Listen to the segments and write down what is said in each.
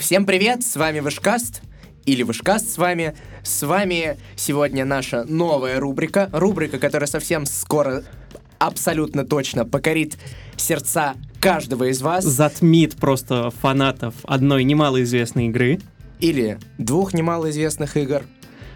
Всем привет, с вами Вышкаст, или Вышкаст с вами. С вами сегодня наша новая рубрика, которая совсем скоро абсолютно точно покорит сердца каждого из вас. Затмит просто фанатов одной немалоизвестной игры. Или двух немалоизвестных игр.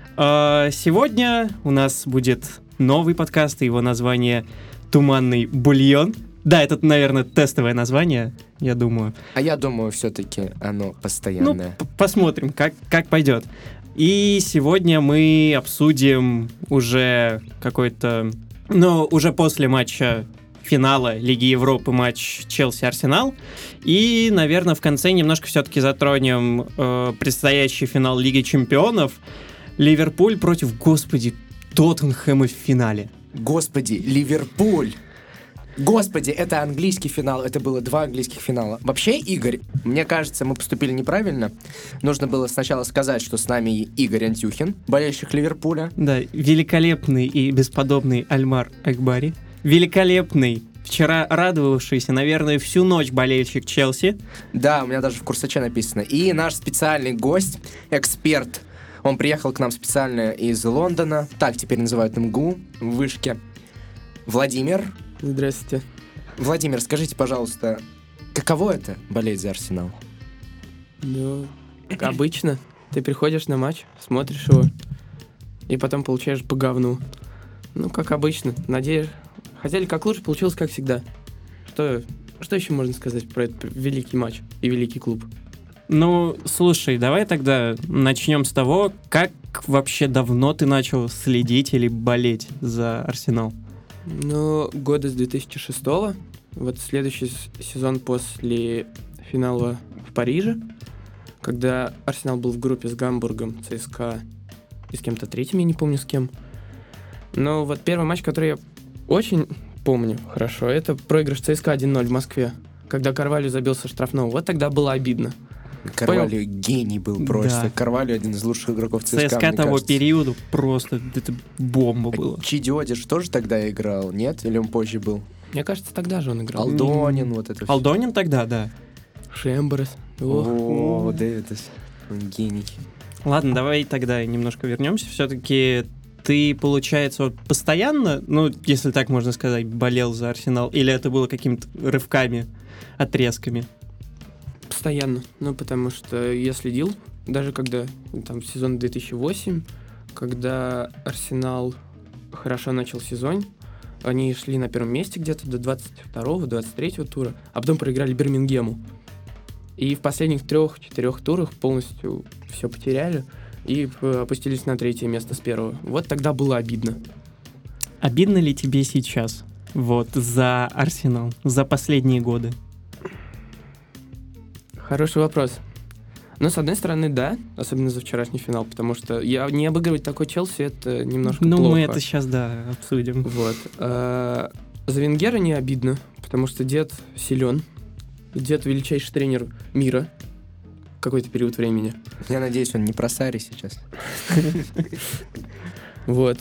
Сегодня у нас будет новый подкаст, его название «Туманный бульон». Да, это, наверное, тестовое название, я думаю. А я думаю, все-таки оно постоянное. Посмотрим, как пойдет. И сегодня мы обсудим уже какой-то... уже после матча финала Лиги Европы, матч Челси-Арсенал. И, наверное, в конце немножко все-таки затронем предстоящий финал Лиги Чемпионов. Ливерпуль против, Тоттенхэма в финале. Ливерпуль! Господи, это английский финал, это было 2 английских финала. Вообще, Игорь, мне кажется, мы поступили неправильно. Нужно было сначала сказать, что с нами Игорь Антюхин, болельщик Ливерпуля. Да, великолепный и бесподобный Альмар Акбари. Великолепный, вчера радовавшийся, наверное, всю ночь болельщик Челси. Да, у меня даже в курсаче написано. И наш специальный гость, эксперт. Он приехал к нам специально из Лондона. Так теперь называют МГУ в Вышке. Владимир. Здравствуйте. Владимир, скажите, пожалуйста, каково это болеть за Арсенал? Ну, как обычно. Ты приходишь на матч, смотришь его, и потом получаешь по говну. Ну, как обычно. Надеюсь, хотели как лучше, получилось как всегда. Что еще можно сказать про этот великий матч и великий клуб? Ну, слушай, давай тогда начнем с того, как вообще давно ты начал следить или болеть за Арсенал? Ну, года с 2006-го. Вот следующий сезон после финала в Париже, когда Арсенал был в группе с Гамбургом, ЦСКА и с кем-то третьим, я не помню с кем. Но вот первый матч, который я очень помню хорошо, это проигрыш ЦСКА 1-0 в Москве, когда Карвалью забил со штрафного. Вот тогда было обидно. Карвалью гений был просто. Да. Карвалью один из лучших игроков ЦСКА, ЦСКА того кажется. Периода просто это бомба была. Чидиодиш тоже тогда играл, нет? Или он позже был? Мне кажется, тогда же он играл. Алдонин, вот это Алдонин тогда, да. Шемберс. О, да, это гений. Ладно, давай тогда немножко вернемся. Все-таки ты, получается, вот постоянно, если так можно сказать, болел за Арсенал, или это было какими-то рывками, отрезками? Постоянно. Потому что я следил, даже когда там сезон 2008, когда Арсенал хорошо начал сезон, они шли на первом месте где-то до 22-го, 23-го тура, а потом проиграли Бирмингему. И в последних 3-4 турах полностью все потеряли и опустились на 3-е место с 1-го. Вот тогда было обидно. Обидно ли тебе сейчас за Арсенал, за последние годы? Хороший вопрос. С одной стороны, да, особенно за вчерашний финал, потому что не обыгрывать такой Челси, это немножко плохо. Мы это сейчас, обсудим. Вот. За Венгера не обидно, потому что дед силен. Дед величайший тренер мира в какой-то период времени. Я надеюсь, он не про Сари сейчас. Вот.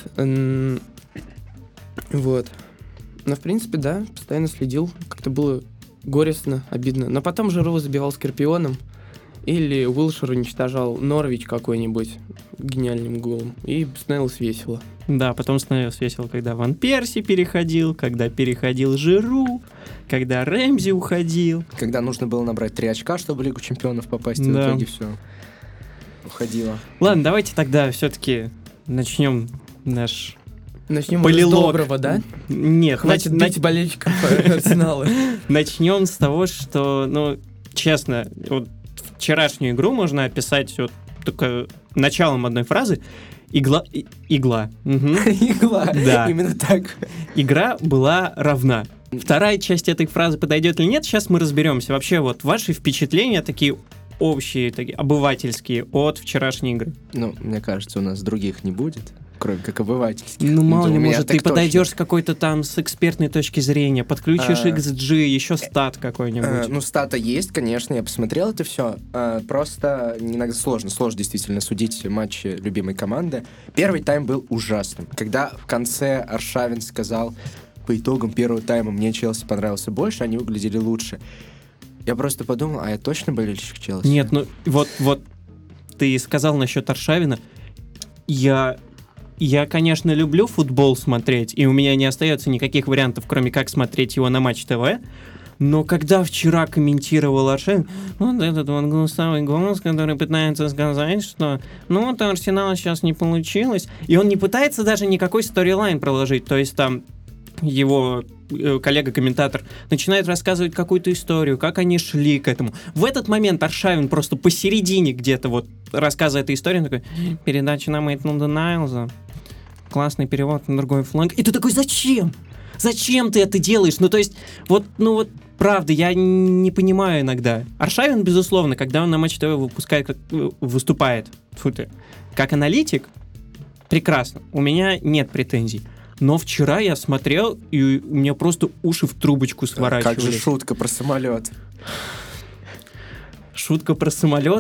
Вот. Но, в принципе, да, постоянно следил. Как-то было горестно, обидно. Но потом Жиру забивал Скорпионом, или Уилшер уничтожал Норвич какой-нибудь гениальным голом, и становилось весело. Да, потом становилось весело, когда Ван Перси переходил, когда переходил Жиру, когда Рэмзи уходил. Когда нужно было набрать 3 очка, чтобы в Лигу Чемпионов попасть, и в итоге все уходило. Ладно, давайте тогда все-таки начнем наш... Начнем с доброго, да? Нет. Хватит бить болельщиков Арсенала. Начнем с того, что, честно, вчерашнюю игру можно описать только началом одной фразы. Игла. Игла, да. Именно так. Игра была равна. Вторая часть этой фразы подойдет или нет, сейчас мы разберемся. Вообще, ваши впечатления такие общие, такие обывательские от вчерашней игры. Мне кажется, у нас других не будет. Кроме как обывательских. Мало ли, может, ты подойдешь с какой-то там с экспертной точки зрения, подключишь XG, еще стат какой-нибудь. Стата есть, конечно, я посмотрел это все. Просто иногда сложно действительно судить матчи любимой команды. Первый тайм был ужасным. Когда в конце Аршавин сказал, по итогам первого тайма мне Челси понравился больше, они выглядели лучше. Я просто подумал, а я точно болельщик Челси? Нет, ну вот ты сказал насчет Аршавина. Я, конечно, люблю футбол смотреть, и у меня не остается никаких вариантов, кроме как смотреть его на Матч ТВ. Но когда вчера комментировал Аршавин, вот этот вот гнусавый голос, который пытается сказать, что ну вот у Арсенала сейчас не получилось, и он не пытается даже никакой сторилайн проложить, то есть там его коллега-комментатор начинает рассказывать какую-то историю, как они шли к этому. В этот момент Аршавин просто посередине где-то вот рассказывает эту историю, он такой: передача на Мейтленда Найлза, классный перевод на другой фланг. И ты такой: зачем? Зачем ты это делаешь? Ну, то есть, вот правда, я не понимаю иногда. Аршавин, безусловно, когда он на Матч ТВ выступает, как аналитик, прекрасно. У меня нет претензий. Но вчера я смотрел, и у меня просто уши в трубочку сворачивались. Как же шутка про самолет? Шутка про самолет?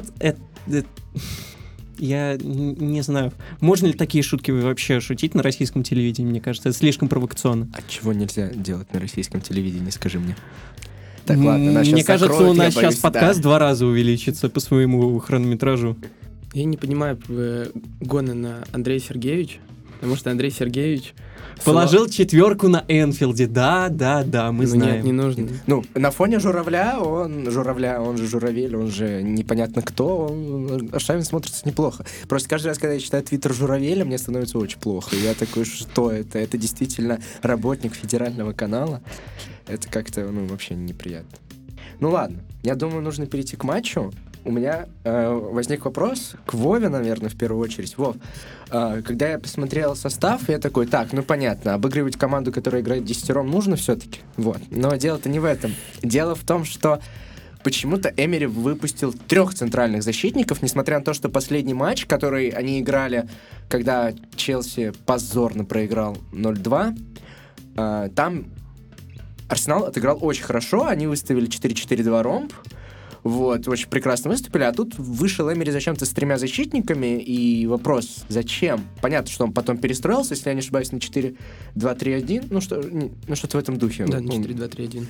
Я не знаю, можно ли такие шутки вообще шутить на российском телевидении, мне кажется, это слишком провокационно. А чего нельзя делать на российском телевидении, скажи мне? Так, ладно, нас мне сейчас кажется, закроют, у нас я боюсь, сейчас подкаст 2 раза увеличится по своему хронометражу. Я не понимаю гоны на Андрея Сергеевича, потому что Андрей Сергеевич положил 4 на Энфилде, да, мы знаем. Нет, не нужно. Ну, на фоне Журавля, он же Журавель, он же непонятно кто, Аршавин смотрится неплохо. Просто каждый раз, когда я читаю твиттер Журавеля, мне становится очень плохо. Я такой: что это? Это действительно работник федерального канала? Это как-то, вообще неприятно. Ну ладно, я думаю, нужно перейти к матчу. У меня возник вопрос к Вове, наверное, в первую очередь. Вов, когда я посмотрел состав, я такой: так, понятно, обыгрывать команду, которая играет десятером, нужно все-таки. Вот. Но дело-то не в этом. Дело в том, что почему-то Эмери выпустил 3 центральных защитников, несмотря на то, что последний матч, который они играли, когда Челси позорно проиграл 0-2, там Арсенал отыграл очень хорошо, они выставили 4-4-2 ромб. Вот, очень прекрасно выступили, а тут вышел Эмери зачем-то с 3 защитниками, и вопрос: зачем? Понятно, что он потом перестроился, если я не ошибаюсь, на 4-2-3-1, что-то в этом духе. Да, на 4-2-3-1.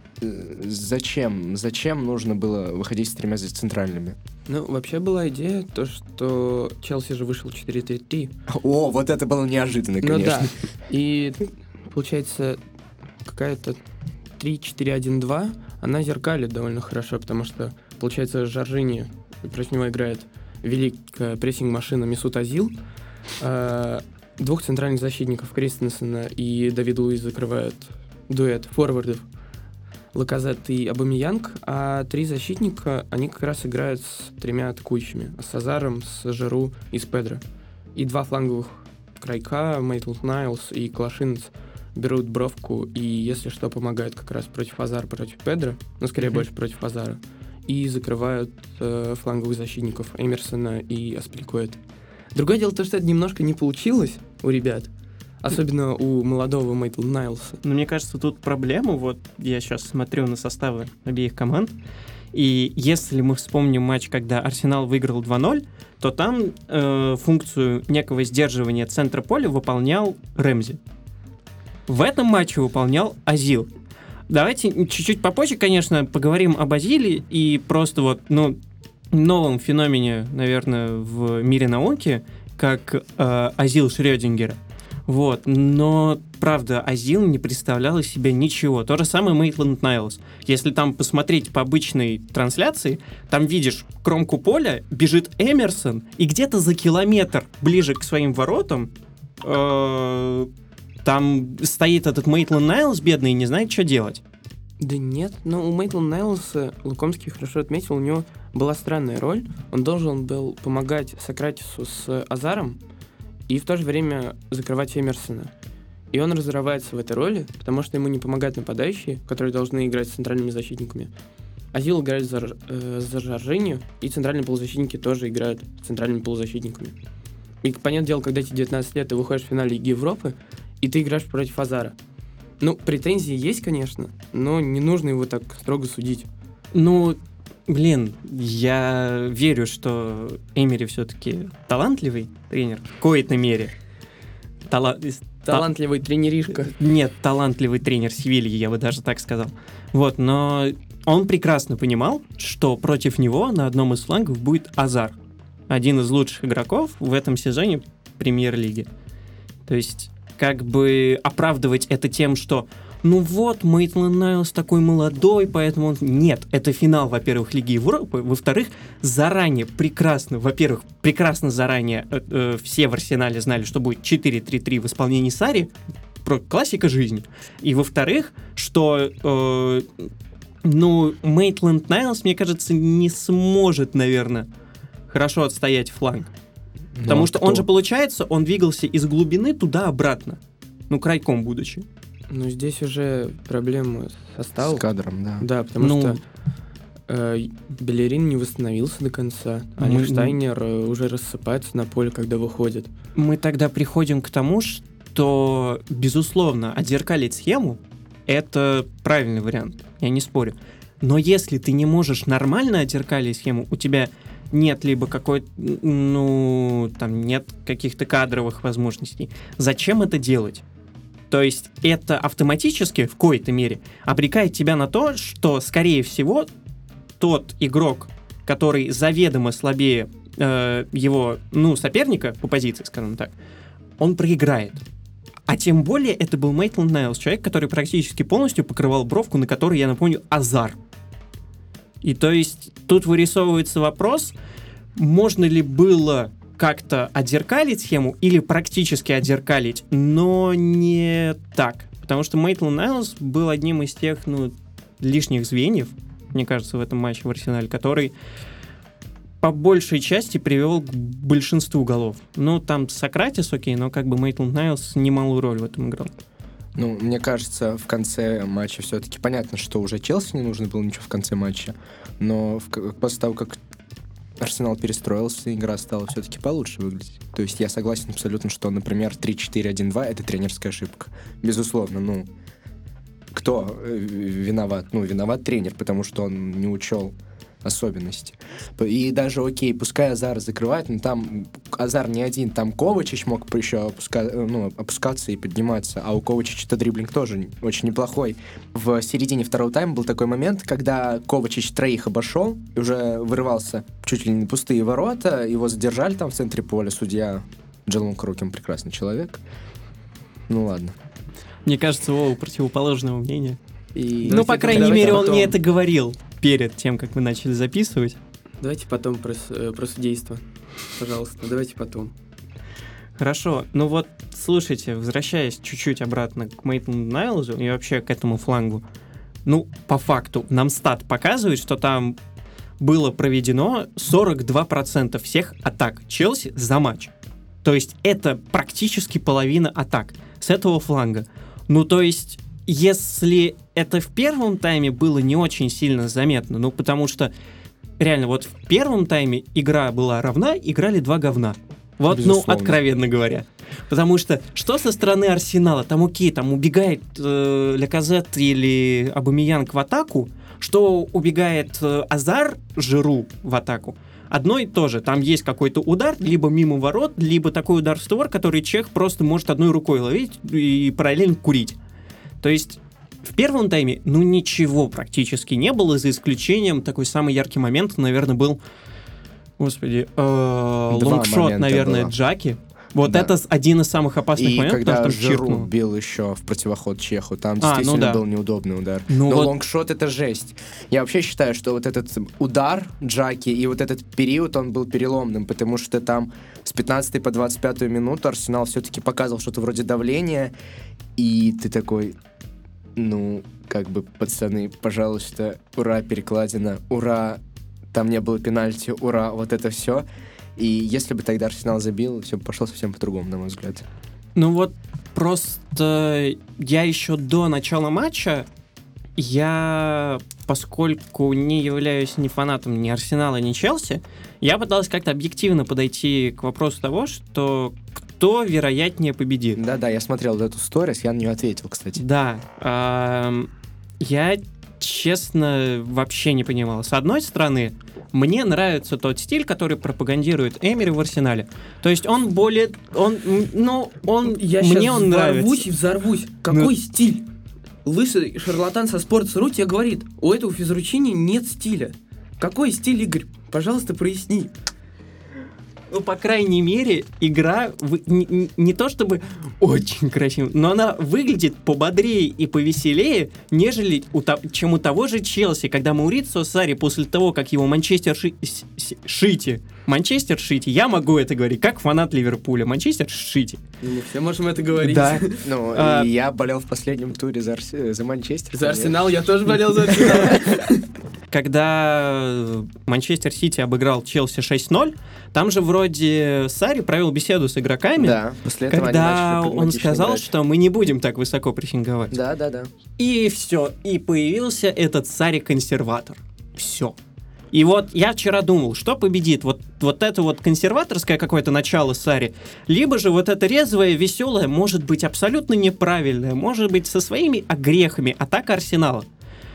Зачем нужно было выходить с 3 центральными? Вообще была идея, то, что Челси же вышел 4-3-3. О, вот это было неожиданно, конечно. Да, и получается какая-то 3-4-1-2, она зеркалит довольно хорошо, потому что, получается, Жоржини, против него играет великая прессинг-машина Месут Озил, 2 центральных защитников Кристенсена и Давид Луис закрывают дуэт форвардов Лаказет и Абамеянг, а 3 защитника, они как раз играют с 3 атакующими, с Азаром, с Жиру и с Педро. И 2 фланговых крайка, Мейтленд Найлс и Клашинец, берут бровку и, если что, помогают как раз против Азара, против Педро, скорее больше против Азара, и закрывают фланговых защитников Эмерсона и Аспиликуэта. Другое дело то, что это немножко не получилось у ребят, особенно у молодого Мейтленда Найлса. Но мне кажется, тут проблема, вот я сейчас смотрю на составы обеих команд, и если мы вспомним матч, когда Арсенал выиграл 2-0, то там функцию некого сдерживания центра поля выполнял Рэмзи. В этом матче выполнял Озил. Давайте чуть-чуть попозже, конечно, поговорим об Озиле и просто новом феномене, наверное, в мире науки, как Озил Шрёдингера. Вот. Но, правда, Озил не представлял из себя ничего. То же самое Мейтленд Найлс. Если там посмотреть по обычной трансляции, там видишь кромку поля, бежит Эмерсон, и где-то за километр ближе к своим воротам там стоит этот Мейтленд Найлс бедный и не знает, что делать. Да нет, у Мейтленда Найлса, Лукомский хорошо отметил, у него была странная роль. Он должен был помогать Сократису с Азаром и в то же время закрывать Эмерсона. И он разрывается в этой роли, потому что ему не помогают нападающие, которые должны играть с центральными защитниками. Озил играет за Жоржинью, и центральные полузащитники тоже играют с центральными полузащитниками. И, понятное дело, когда тебе 19 лет, ты выходишь в финале Лиги Европы, и ты играешь против Азара. Претензии есть, конечно, но не нужно его так строго судить. Я верю, что Эмери все-таки талантливый тренер в какой-то мере. Талантливый тренеришка. Нет, талантливый тренер Севильи, я бы даже так сказал. Вот, но он прекрасно понимал, что против него на одном из флангов будет Азар, один из лучших игроков в этом сезоне Премьер-лиги. То есть, как бы оправдывать это тем, что ну вот, Мейтленд Найлс такой молодой, поэтому он... Нет, это финал, во-первых, Лиги Европы, во-вторых, заранее прекрасно заранее все в Арсенале знали, что будет 4-3-3 в исполнении Сарри, классика жизни. И во-вторых, что, Мейтленд Найлс, мне кажется, не сможет, наверное, хорошо отстоять фланг. Потому что он же, получается, он двигался из глубины туда-обратно. Крайком будучи. Здесь уже проблемы с составом. С кадром, да. Да, потому что Белерин не восстановился до конца, а Лихштайнер уже рассыпается на поле, когда выходит. Мы тогда приходим к тому, что, безусловно, отзеркалить схему — это правильный вариант, я не спорю. Но если ты не можешь нормально отзеркалить схему, у тебя нет либо нет каких-то кадровых возможностей, зачем это делать? То есть это автоматически, в какой-то мере, обрекает тебя на то, что, скорее всего, тот игрок, который заведомо слабее его, соперника по позиции, скажем так, он проиграет. А тем более это был Мейтленд Найлс, человек, который практически полностью покрывал бровку, на которой, я напомню, Азар. И то есть тут вырисовывается вопрос, можно ли было как-то отзеркалить схему или практически отзеркалить, но не так. Потому что Мейтленд Найлс был одним из тех, лишних звеньев, мне кажется, в этом матче в Арсенале, который по большей части привел к большинству голов. Там Сократис, окей, но как бы Мейтленд Найлс немалую роль в этом играл. Мне кажется, в конце матча все-таки понятно, что уже Челси не нужно было ничего в конце матча, но после того, как Арсенал перестроился, игра стала все-таки получше выглядеть. То есть я согласен абсолютно, что, например, 3-4-1-2 — это тренерская ошибка. Безусловно, кто виноват? Виноват тренер, потому что он не учел особенности. И даже, окей, пускай Азар закрывает, но там Азар не один, там Ковачич мог еще опускаться и подниматься, а у Ковачича дриблинг тоже очень неплохой. В середине второго тайма был такой момент, когда Ковачич троих обошел и уже вырывался чуть ли не на пустые ворота, его задержали там в центре поля, судья Джелон Крокем прекрасный человек. Ладно. Мне кажется, у противоположного мнения. По крайней мере, он мне это говорил перед тем, как мы начали записывать. Давайте потом про судейство. Пожалуйста, давайте потом. Хорошо. Слушайте, возвращаясь чуть-чуть обратно к Мейтленду Найлсу и вообще к этому флангу, по факту, нам стат показывает, что там было проведено 42% всех атак Челси за матч. То есть это практически половина атак с этого фланга. То есть, если это в первом тайме было не очень сильно заметно, потому что реально в первом тайме игра была равна, играли два говна. Откровенно говоря. Потому что со стороны Арсенала? Там убегает Ляказет или Абамеянг в атаку, что убегает Азар, Жиру в атаку. Одно и то же. Там есть какой-то удар, либо мимо ворот, либо такой удар в створ, который чех просто может одной рукой ловить и параллельно курить. То есть в первом тайме, ничего практически не было, за исключением такой самый яркий момент, наверное, был, лонгшот, наверное, Джаки. Это один из самых опасных моментов. И когда Жиру бил еще в противоход чеху, там действительно был неудобный удар. Но лонгшот — это жесть. Я вообще считаю, что этот удар Джаки и этот период, он был переломным, потому что там с 15 по 25 минуту Арсенал все-таки показывал что-то вроде давления, и ты такой... пацаны, пожалуйста, ура, перекладина, ура, там не было пенальти, ура, это все. И если бы тогда Арсенал забил, все бы пошло совсем по-другому, на мой взгляд. Просто я еще до начала матча, поскольку не являюсь ни фанатом ни Арсенала, ни Челси, я пытался как-то объективно подойти к вопросу того, что кто вероятнее победит. Да, я смотрел эту сторис, я на нее ответил, кстати. Да, я, честно, вообще не понимал. С одной стороны, мне нравится тот стиль, который пропагандирует Эмери в Арсенале. То есть он Я мне он нравится. Я сейчас взорвусь. Какой стиль? лысый шарлатан со Sports.ru тебе говорит, у этого физручини нет стиля. Какой стиль, Игорь? Пожалуйста, проясни. Ну, по крайней мере, игра не то чтобы очень красивая, но она выглядит пободрее и повеселее, нежели чем у того же Челси, когда Маурицио Сарри после того, как его Манчестер Сити, я могу это говорить, как фанат Ливерпуля, Манчестер Сити. Мы все можем это говорить. Да. Ну, и я болел в последнем туре за Манчестер. За Арсенал я тоже болел за Арсенал. Когда Манчестер Сити обыграл Челси 6-0, там же вроде Сарри провел беседу с игроками, Да, после этого когда они начали он сказал, играть. что мы не будем так высоко прессинговать. Да. И все, и появился этот Сарри-консерватор. Все. И вот я вчера думал, что победит, вот это вот консерваторское какое-то начало Сарри, либо же вот это резвое, веселое, может быть абсолютно неправильное, может быть со своими огрехами, атака Арсенала.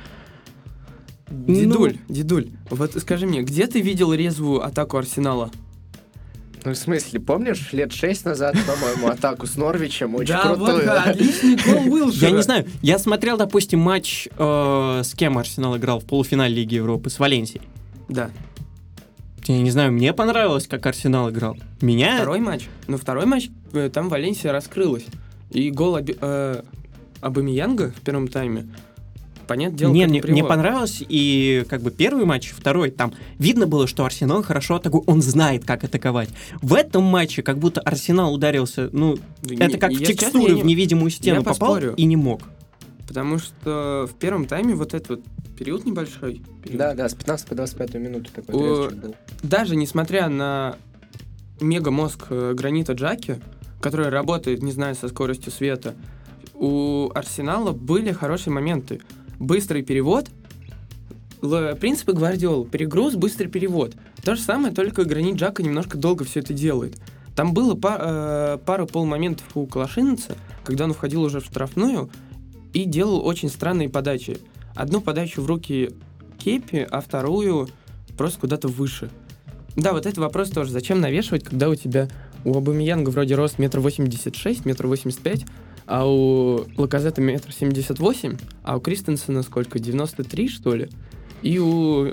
Дедуль, вот скажи мне, где ты видел резвую атаку Арсенала? Ну, в смысле, помнишь, лет 6 назад, по-моему, атаку с Норвичем очень Да, крутую? вот, отличный гол Уилшера. Я не знаю, я смотрел, допустим, матч, с кем Арсенал играл в полуфинале Лиги Европы, с Валенсией. Да. Я не знаю, мне понравилось, как Арсенал играл. Меня... Второй матч, там Валенсия раскрылась. И гол Абамеянга в первом тайме, понятное дело, мне понравилось, и как бы первый матч, второй, там видно было, что Арсенал хорошо атакует, он знает, как атаковать. В этом матче как будто Арсенал ударился, это как в текстуры в невидимую стену попал поспорю. И не мог. Потому что в первом тайме вот этот вот период небольшой. Да, с 15 по 25 минуту такой отрезочек был. Даже несмотря на мегамозг Гранита Джаки, который работает, не знаю, со скоростью света, у Арсенала были хорошие моменты. Быстрый перевод, принципы Гвардиолы, перегруз, быстрый перевод. То же самое, только Гранит Джака немножко долго все это делает. Там было пару полмоментов у Колошинца, когда он входил уже в штрафную и делал очень странные подачи. Одну подачу в руки Кепи, а вторую просто куда-то выше. Да, вот этот вопрос тоже. Зачем навешивать, когда у Абамеянга вроде рост 1,86 м, 1,85 м, а у Лаказета 1,78 м, а у Кристенсена сколько, 93, что ли? И у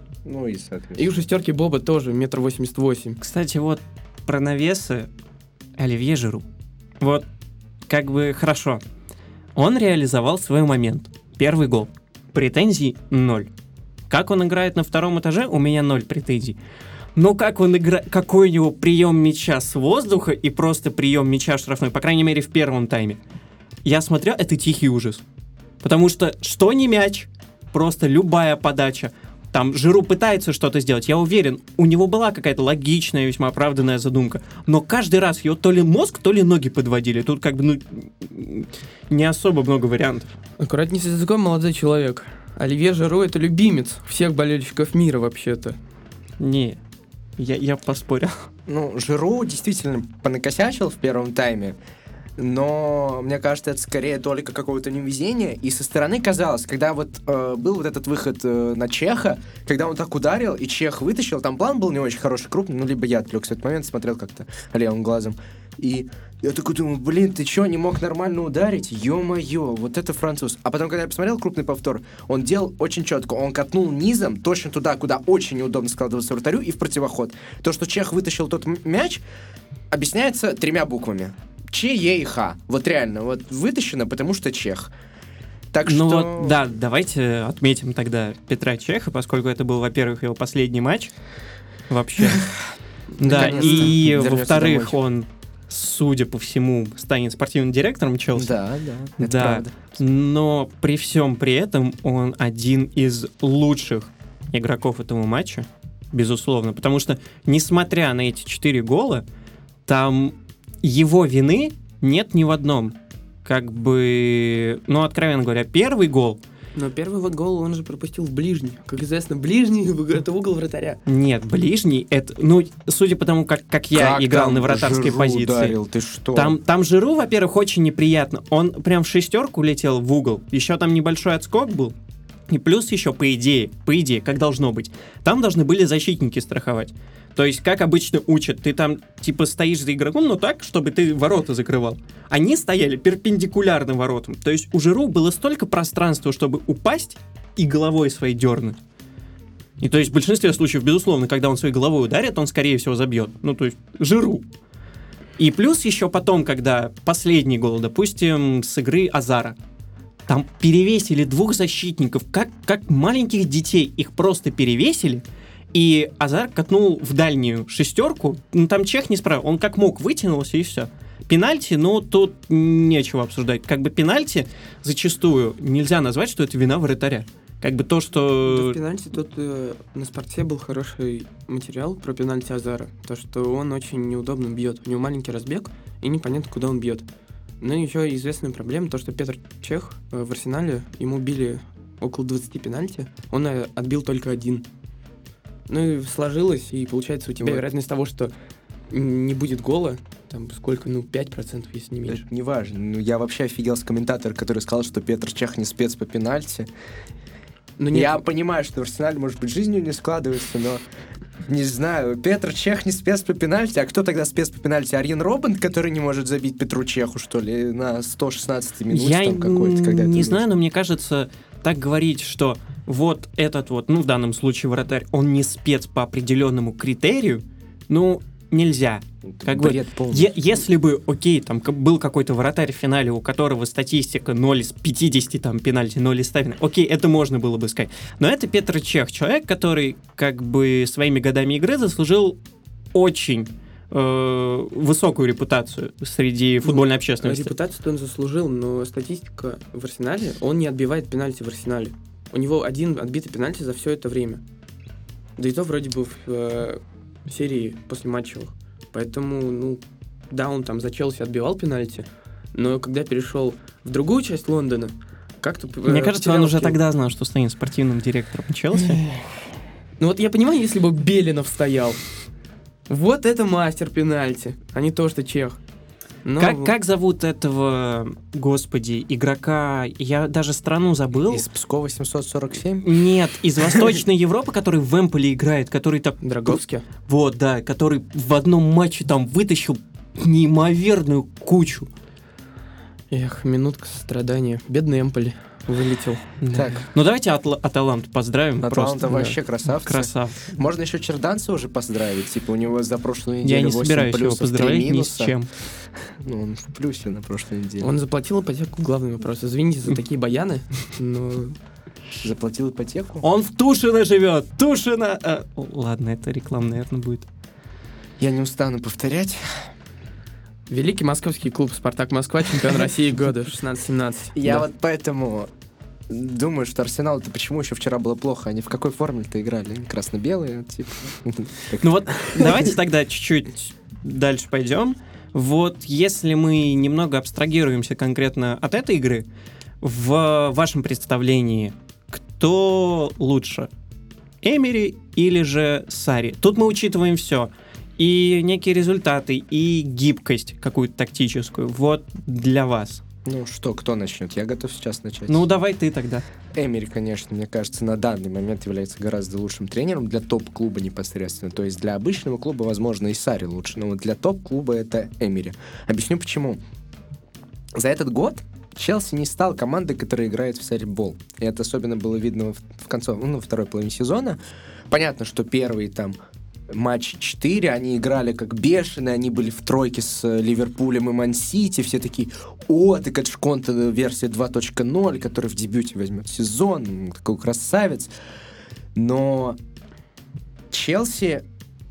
шестерки Боба тоже 1,88 м. Кстати, вот про навесы Оливье Жиру. Вот, как бы, хорошо. Он реализовал свой момент. Первый гол. Претензий 0. Как он играет на втором этаже, у меня 0 претензий. Но как он играет, какой у него прием мяча с воздуха и просто прием мяча штрафной, по крайней мере в первом тайме. Я смотрел, это тихий ужас. Потому что не мяч, просто любая подача. Там Жиру пытается что-то сделать, я уверен, у него была какая-то логичная, весьма оправданная задумка. Но каждый раз его то ли мозг, то ли ноги подводили. Тут как бы, не особо много вариантов. Аккуратней с языком, молодой человек. Оливье Жиру — это любимец всех болельщиков мира, вообще-то. Не, я поспорил. Жиру действительно понакосячил в первом тайме, но мне кажется, это скорее только какого-то невезения. И со стороны казалось, когда был вот этот выход на Чеха, когда он так ударил, и Чех вытащил, там план был не очень хороший, крупный, либо я отвлекся в этот момент, смотрел как-то левым глазом. И я такой думаю, ты чё, не мог нормально ударить? Ё-моё, вот это француз. А потом, когда я посмотрел крупный повтор, он делал очень четко. Он катнул низом, точно туда, куда очень неудобно складываться вратарю, и в противоход. То, что Чех вытащил тот мяч, объясняется 3 буквами. Ч, Е и Х. Вот реально, вот вытащено, потому что Чех. Так что... Да, давайте отметим тогда Петра Чеха, поскольку это был, во-первых, его последний матч вообще. Да, и во-вторых, он, судя по всему, станет спортивным директором Челси. Да, это правда. Но при всем при этом он один из лучших игроков этого матча, безусловно, потому что, несмотря на эти 4 гола, там его вины нет ни в одном. Как бы, откровенно говоря, первый гол... Но первый гол он же пропустил в ближний. Как известно, ближний — это угол вратаря. Нет, ближний — это... судя по тому, как я играл на вратарской позиции. Ударил, ты что? Там Жиру, во-первых, очень неприятно. Он прям в шестерку летел в угол. Еще там небольшой отскок был. И плюс еще, по идее, как должно быть, там должны были защитники страховать. То есть, как обычно учат, ты там, типа, стоишь за игроком, но так, чтобы ты ворота закрывал. Они стояли перпендикулярно воротам. То есть, у Жиру было столько пространства, чтобы упасть и головой своей дернуть. И то есть, в большинстве случаев, безусловно, когда он своей головой ударит, он, скорее всего, забьет. Ну, то есть, Жиру. И плюс еще потом, когда последний гол, допустим, с игры Азара, там перевесили двух защитников, как маленьких детей, их просто перевесили, и Азар катнул в дальнюю шестерку, ну там чех не справил, он как мог вытянулся и все. Пенальти, ну тут нечего обсуждать. Как бы пенальти зачастую нельзя назвать, что это вина вратаря. Как бы то, что... Да, в пенальти тут на спорте был хороший материал про пенальти Азара. То, что он очень неудобно бьет. У него маленький разбег, и непонятно, куда он бьет. Но еще известная проблема, то, что Петр Чех в Арсенале, ему били около 20 пенальти, он отбил только один. Ну и сложилось, и получается у тебя вероятность того, что не будет гола, там сколько, 5%, если не меньше. Это не важно. Ну, я вообще офигел с комментатора, который сказал, что Петр Чех не спец по пенальти. Я понимаю, что в Арсенале, может быть, жизнью не складывается, но не знаю. Петр Чех не спец по пенальти, а кто тогда спец по пенальти? Арьен Робben, который не может забить Петру Чеху, что ли, на 116-й минуте там какой-то? Я не знаю, но мне кажется, так говорить, что вот этот вот, ну, в данном случае вратарь, он не спец по определенному критерию, ну, нельзя. Как бы, если бы, окей, там был какой-то вратарь в финале, у которого статистика 0 из 50, там, пенальти, 0 из 100, окей, это можно было бы сказать. Но это Петр Чех, человек, который, как бы, своими годами игры заслужил очень высокую репутацию среди футбольной общественности. Репутацию-то он заслужил, но статистика в Арсенале, он не отбивает пенальти в Арсенале. У него один отбитый пенальти за все это время. Да и то вроде бы в серии после матчевых. Поэтому, да, он там за Челси отбивал пенальти, но когда перешел в другую часть Лондона, как-то... Мне кажется, он уже тогда знал, что станет спортивным директором Челси. Ну вот я понимаю, если бы Белинов стоял. Вот это мастер пенальти, а не то, что Чех. Но... Как зовут этого, господи, игрока? Я даже страну забыл. Из Пскова 747? Нет, из Восточной Европы, который в Эмполе играет, который так... Драговский? Вот, да, который в одном матче там вытащил неимоверную кучу. Эх, минутка сострадания. Бедный Эмполи вылетел. Так. Ну давайте Аталанту поздравим. Аталанта вообще красавцы. Красав. Можно еще Черданца уже поздравить. Типа у него за прошлую неделю 8 Я не собираюсь его поздравлять ни с чем. Ну, он в плюсе на прошлой неделе. Он заплатил ипотеку, главный вопрос. Извините за такие баяны, но... Заплатил ипотеку? Он в Тушино живет! Тушино! Ладно, это реклама, наверное, будет. Я не устану повторять. Великий московский клуб «Спартак Москва», чемпион России года 16-17. Я вот поэтому думаю, что Арсенал-то почему еще вчера было плохо? Они в какой форме-то играли? Красно-белые, типа. Ну вот, давайте тогда чуть-чуть дальше пойдем. Вот если мы немного абстрагируемся конкретно от этой игры, в вашем представлении, кто лучше? Эмери или же Сарри? Тут мы учитываем все. И некие результаты, и гибкость какую-то тактическую. Вот для вас. Ну что, кто начнет? Я готов сейчас начать. Ну, давай ты тогда. Эмери, конечно, мне кажется, на данный момент является гораздо лучшим тренером для топ-клуба непосредственно. То есть для обычного клуба, возможно, и Сарри лучше, но вот для топ-клуба это Эмери. Объясню почему. За этот год Челси не стал командой, которая играет в сарри-бол. И это особенно было видно в конце, второй половине сезона. Понятно, что первые там матчи 4, они играли как бешеные, они были в тройке с Ливерпулем и Ман-Сити, все такие: о, так это ж Конте версия 2.0, который в дебюте возьмет сезон, такой красавец. Но Челси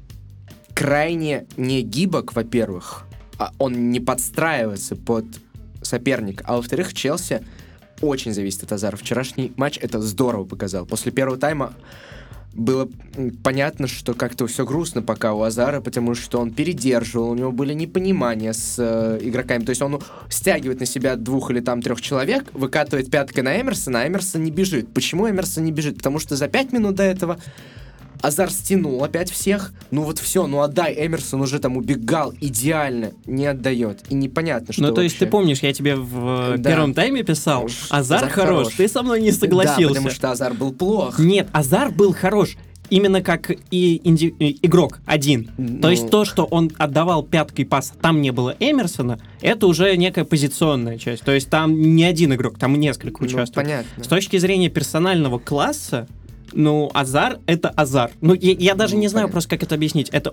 крайне не гибок, во-первых, он не подстраивается под соперника, а во-вторых, Челси очень зависит от Азара. Вчерашний матч это здорово показал. После первого тайма было понятно, что как-то все грустно пока у Азара, потому что он передерживал, у него были непонимания с игроками. То есть он стягивает на себя 2 или 3 человек, выкатывает пяткой на Эмерсона, а Эмерсон не бежит. Почему Эмерсон не бежит? Потому что за 5 минут до этого Азар стянул опять всех. Ну вот все, ну отдай. Эмерсон уже там убегал идеально. Не отдает. И непонятно, что Ну, то есть, вообще. ты помнишь, я тебе в Да. первом тайме писал, Азар Азар хорош, хорош. ты со мной не согласился. Да, потому что Азар был плох. Нет, Азар был хорош. Именно как и игрок один. Ну. То есть то, что он отдавал пяткой пас, там не было Эмерсона, это уже некая позиционная часть. То есть там не один игрок, там несколько Ну, участвует. понятно. С точки зрения персонального класса, ну, Азар — это Азар. Ну, я даже Ну, не знаю понятно. просто, как это объяснить. Это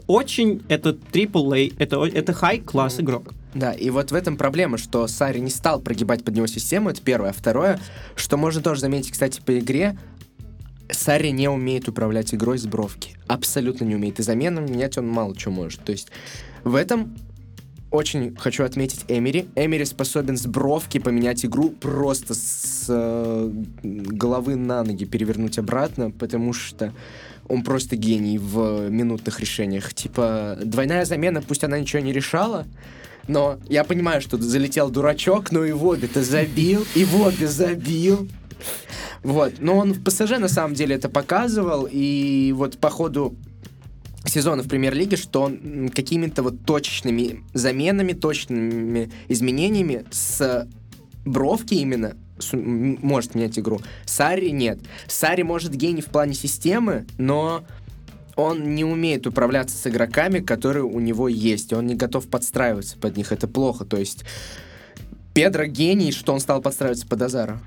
AAA, это хай-класс игрок. Да, и вот в этом проблема, что Сарри не стал прогибать под него систему, это первое. А второе, что можно тоже заметить, кстати, по игре, Сарри не умеет управлять игрой с бровки. Абсолютно не умеет. И заменам менять он мало что может. То есть в этом очень хочу отметить Эмери. Эмери способен с бровки поменять игру просто с головы на ноги, перевернуть обратно, потому что он просто гений в минутных решениях. Типа, двойная замена, пусть она ничего не решала, но я понимаю, что залетел дурачок, но и в обе-то забил, и в обе забил. Вот. Но он в ПСЖ на самом деле это показывал, и вот по ходу сезона в Премьер-лиге, что он какими-то вот точечными заменами, точными изменениями с бровки именно может менять игру. Сарри нет. Сарри может гений в плане системы, но он не умеет управляться с игроками, которые у него есть. Он не готов подстраиваться под них. Это плохо. То есть Педро гений, что он стал подстраиваться под Азара.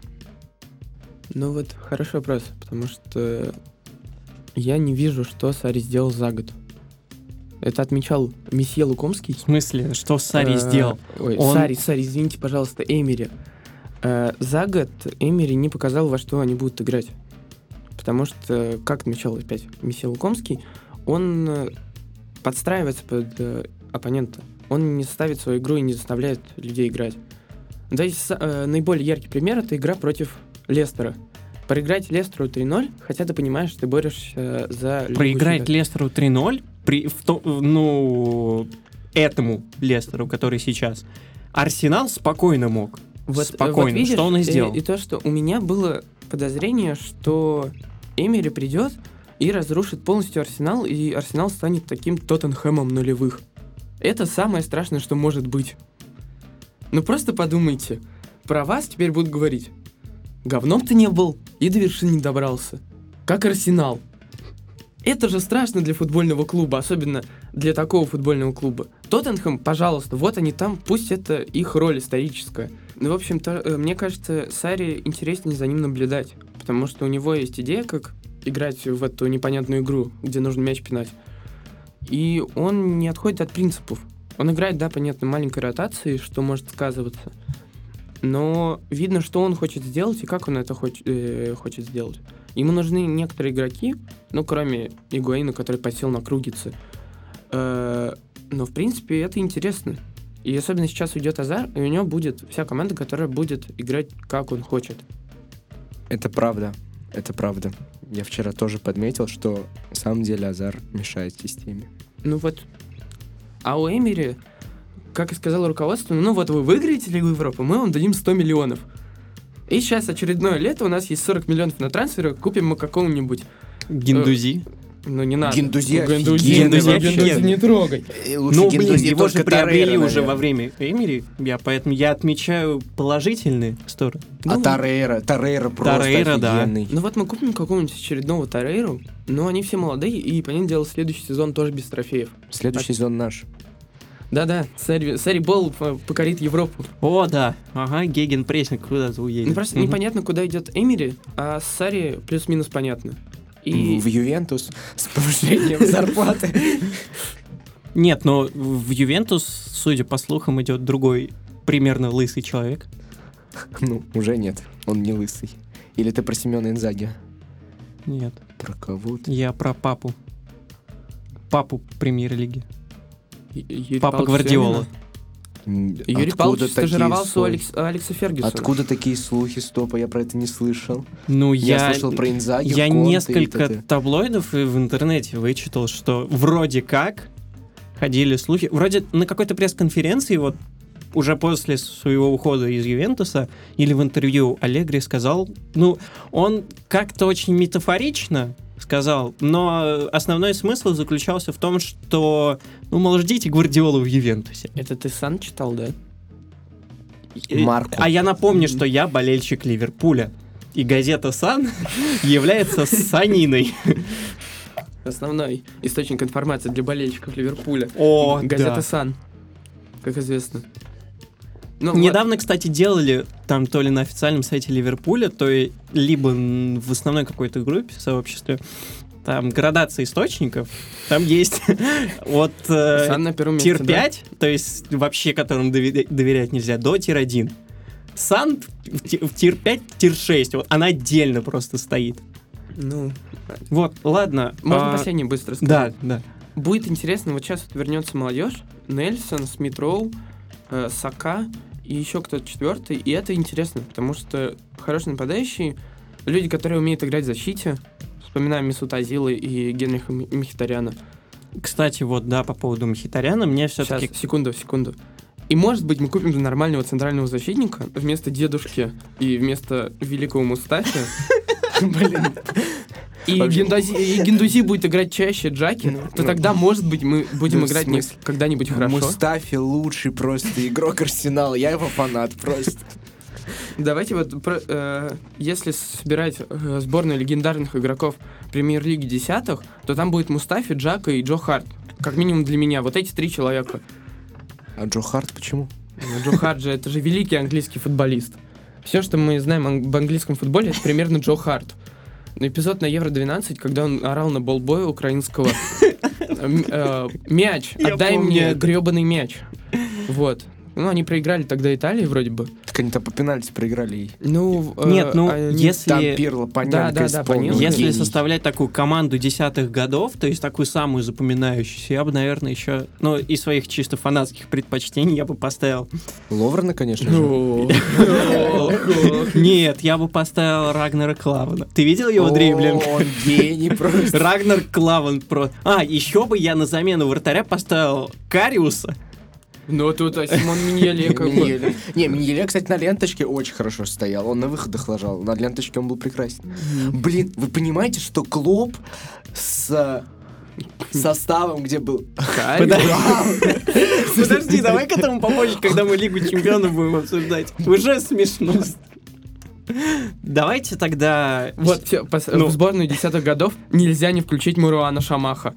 Ну вот, хороший вопрос, потому что я не вижу, что Сарри сделал за год. Это отмечал месье Лукомский. В смысле, что Сарри сделал? Ой, Он- Сарри, извините, пожалуйста, Эмери. За год Эмери не показал, во что они будут играть. Потому что, как отмечал опять месье Лукомский, он подстраивается под оппонента. Он не ставит свою игру и не заставляет людей играть. Да и наиболее яркий пример — это игра против Лестера. Проиграть Лестеру 3-0, хотя ты понимаешь, что ты борешься за Лигу Проиграть Чемпионов. Лестеру 3-0 этому Лестеру, который сейчас. Арсенал спокойно мог. Спокойно. видишь, Что он и сделал. И то, что у меня было подозрение, что Эмери придет и разрушит полностью Арсенал, и Арсенал станет таким Тоттенхэмом нулевых. Это самое страшное, что может быть. Ну просто подумайте. Про вас теперь будут говорить: говном ты не был и до вершины не добрался. Как Арсенал. Это же страшно для футбольного клуба, особенно для такого футбольного клуба. Тоттенхэм, пожалуйста, вот они там, пусть это их роль историческая. Ну, в общем-то, мне кажется, Сарри интереснее за ним наблюдать, потому что у него есть идея, как играть в эту непонятную игру, где нужно мяч пинать. И он не отходит от принципов. Он играет, да, понятно, маленькой ротацией, что может сказываться, но видно, что он хочет сделать и как он это хочет сделать. Ему нужны некоторые игроки, ну, кроме Игуаина, который подсел на Кругице. Но, в принципе, это интересно. И особенно сейчас уйдет Азар, и у него будет вся команда, которая будет играть, как он хочет. Это правда. Это правда. Я вчера тоже подметил, что на самом деле Азар мешает системе. Ну вот. А у Эмери, как и сказало руководство, ну вот вы выиграете Лигу Европы, мы вам дадим 100 миллионов. И сейчас очередное лето, у нас есть 40 миллионов на трансферы, купим мы какого-нибудь... Гиндузи. Ну не надо. Гиндузи офигенный вообще. Гиндузи не трогай. Лучше Ну, блин, Гиндузи его же только приобрели Торрейра, уже во наверное. время Эмери, поэтому я отмечаю положительные стороны. А Ну, Торрейра просто Торрейра, да. офигенный. Ну вот мы купим какого-нибудь очередного Торрейру, но они все молодые, и, понятное дело, следующий сезон тоже без трофеев. Следующий сезон наш. Да-да, Сарри Болл покорит Европу. О, да. Ага, Геген прессинг куда-то уедет. Ну просто Мгм. непонятно, куда идет Эмери, а с Сарри плюс-минус понятно. И В Ювентус с повышением зарплаты. Нет, но в Ювентус, судя по слухам, идет другой примерно лысый человек. Ну, уже нет. Он не лысый. Или ты про Семена Инзаги? Нет, Про кого-то? я про папу. Папу премьер-лиги. Юрий Папа Павлович Гвардиола. Юрий Откуда Павлович такие стажировался у слухи? Алекса Фергюсона. Откуда такие слухи? Стопа, я про это не слышал. Ну, Я слышал про Инзаги, Я Конте и несколько т.д. таблоидов и в интернете вычитал, что вроде как ходили слухи. Вроде на какой-то пресс-конференции, вот уже после своего ухода из Ювентуса, или в интервью Аллегри сказал, ну, он как-то очень метафорично сказал. Но основной смысл заключался в том, что, мол, ждите Гвардиолу в Ювентусе. Это ты Сан читал, да? Марку. А я напомню, что я болельщик Ливерпуля. И газета «Сан» является саниной. Основной источник информации для болельщиков Ливерпуля. О, газета да. «Сан», как известно. Недавно, кстати, делали там то ли на официальном сайте Ливерпуля, то и либо в основной какой-то группе, сообществе, там градация источников, там есть от тир 5, то есть вообще которым доверять нельзя, до тир 1. Сан в тир 5, тир 6, вот она отдельно просто стоит. Вот, ладно. Можно последнее быстро сказать? Да. Будет интересно, вот сейчас вернется молодежь, Нельсон, Смит Роу, Сака и еще кто-то четвертый, и это интересно, потому что хорошие нападающие, люди, которые умеют играть в защите, вспоминаем Месута Озила и Генриха Мхитаряна. Кстати, вот, да, по поводу Мхитаряна, мне все-таки... Сейчас, секунду. И, может быть, мы купим нормального центрального защитника вместо дедушки и вместо великого Мустафи. Блин. И Гендузи будет играть чаще Джаки, то тогда, может быть, мы будем играть когда-нибудь хорошо. Мустафи лучший просто игрок Арсенала. Я его фанат просто. Давайте вот, если собирать сборную легендарных игроков премьер-лиги десятых, то там будет Мустафи, Джака и Джо Харт. Как минимум для меня. Вот эти 3 человека. А Джо Харт почему? Джо Харт же, это же великий английский футболист. Все, что мы знаем об английском футболе, это примерно Джо Харт. Эпизод на Евро-12, когда он орал на болбоя украинского. Мяч, отдай мне гребаный мяч. Вот. Они проиграли тогда Италии вроде бы. Так они-то по пенальти проиграли. Если... Там Пирло, Паненко исполнил. Если составлять такую команду десятых годов, то есть такую самую запоминающуюся, я бы, наверное, еще... из своих чисто фанатских предпочтений я бы поставил... Ловрена, конечно же. Нет, я бы поставил Рагнера Клавана. Ты видел его дриблинг? Он гений просто. Рагнер Клаван просто... еще бы я на замену вратаря поставил Кариуса. Тут Симон Миньеле как бы... Не, Миньеле, кстати, на ленточке очень хорошо стоял. Он на выходах ложал. На ленточке он был прекрасен. Блин, вы понимаете, что Клоп с составом, где был... Подожди, давай к этому попозже, когда мы Лигу Чемпионов будем обсуждать. Уже смешно. Давайте тогда... Вот, все, в сборную десятых годов нельзя не включить Маруана Шамаха.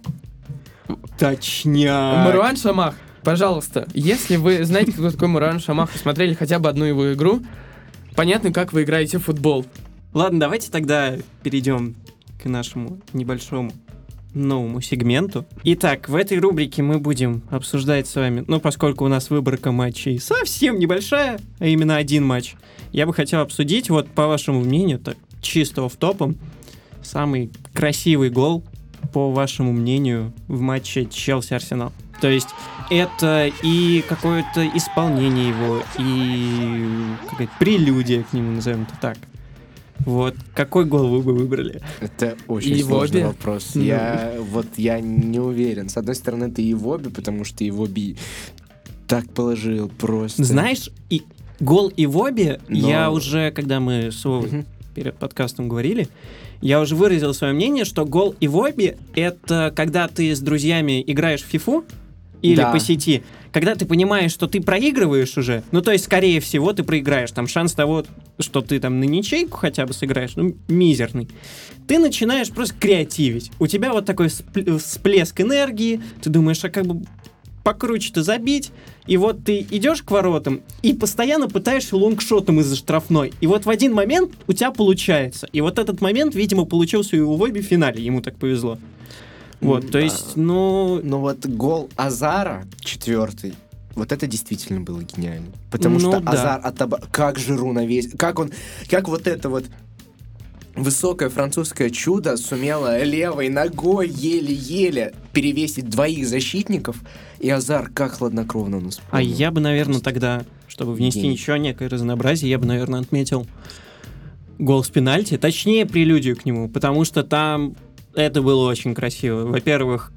Точняк. Маруан Шамах. Пожалуйста, если вы знаете, кто такой Маруан Шамах, и смотрели хотя бы одну его игру, понятно, как вы играете в футбол. Ладно, давайте тогда перейдем к нашему небольшому новому сегменту. Итак, в этой рубрике мы будем обсуждать с вами, поскольку у нас выборка матчей совсем небольшая, а именно один матч, я бы хотел обсудить, вот по вашему мнению, так чисто офф-топом, самый красивый гол, по вашему мнению, в матче Челси-Арсенал. То есть это и какое-то исполнение его, и какая-то прелюдия к нему, назовем это так. Вот. Какой гол вы бы выбрали? Это очень сложный вопрос. Я не уверен. С одной стороны, это Ивоби, потому что Ивоби так положил просто. Знаешь, и гол Ивоби, я уже, когда мы с Вовой перед подкастом говорили, я уже выразил свое мнение, что гол Ивоби — это когда ты с друзьями играешь в фифу, или по сети, когда ты понимаешь, что ты проигрываешь уже, то есть, скорее всего, ты проиграешь, там шанс того, что ты там на ничейку хотя бы сыграешь, мизерный, ты начинаешь просто креативить. У тебя вот такой всплеск энергии, ты думаешь, как бы покруче-то забить, и вот ты идешь к воротам и постоянно пытаешься лонгшотом из-за штрафной, и вот в один момент у тебя получается. И вот этот момент, видимо, получился и у Войби в финале, ему так повезло. Вот, то есть, вот гол Азара, 4-й, вот это действительно было гениально. Потому что Азар как Жиру навесил, как вот это вот высокое французское чудо сумело левой ногой еле-еле перевесить 2 защитников, и Азар как хладнокровно он исполнил. А я бы, наверное, тогда, чтобы внести еще некое разнообразие, я бы, наверное, отметил гол с пенальти, точнее, прелюдию к нему, потому что там это было очень красиво. Во-первых,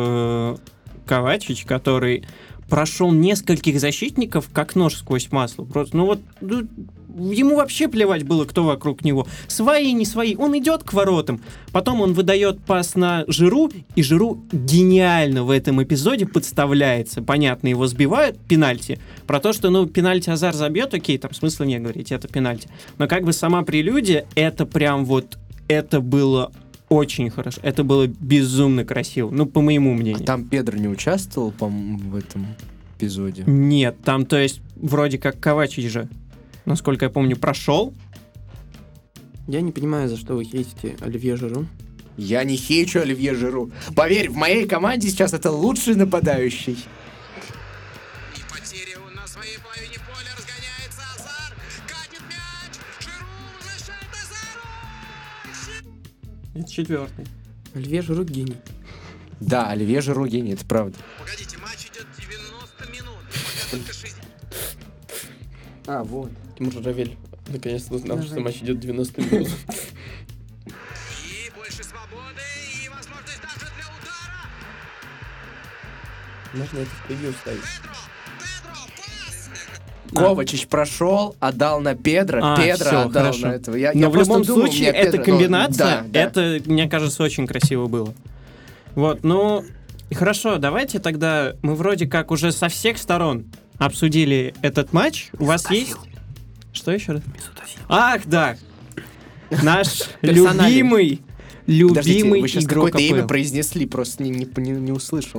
Ковачич, который прошел нескольких защитников как нож сквозь масло. Просто, ему вообще плевать было, кто вокруг него. Свои, не свои. Он идет к воротам. Потом он выдает пас на Жиру, и Жиру гениально в этом эпизоде подставляется. Понятно, его сбивают, пенальти. Про то, что, пенальти Азар забьет, окей, там смысла не говорить, это пенальти. Но как бы сама прелюдия, это прям это было очень хорошо. Это было безумно красиво. По моему мнению. А там Педро не участвовал, по-моему, в этом эпизоде? Нет, там, то есть, вроде как Ковачич же, насколько я помню, прошел. Я не понимаю, за что вы хейтите Оливье Жиру. Я не хейчу Оливье Жиру. Поверь, в моей команде сейчас это лучший нападающий. И потеря на своей половине поля, разгоняется Азар, катит мяч, Жиру возвращает Азару! Это 4-й. Оливье Жиру гений. Да, Оливье Жиру гений, это правда. Погодите, матч идет 90 минут, пока только 60. Вот. Тимур Равель наконец-то узнал, Давай. что матч идет 90 минут. И больше свободы, и возможность даже для удара. Можно это в превью вставить. Педро, пас! Ковачич прошел, отдал на Педро, Педро всё, отдал хорошо. на этого. Я Но в просто любом думал, у случае, меня эта Педро, комбинация, да. это, мне кажется, очень красиво было. Хорошо, давайте тогда мы вроде как уже со всех сторон обсудили этот матч. У вас есть... Что еще раз? Ах, да. Наш Персональный. Подождите, любимый вы сейчас игрок какое-то имя АПЛ. произнесли, просто не услышал.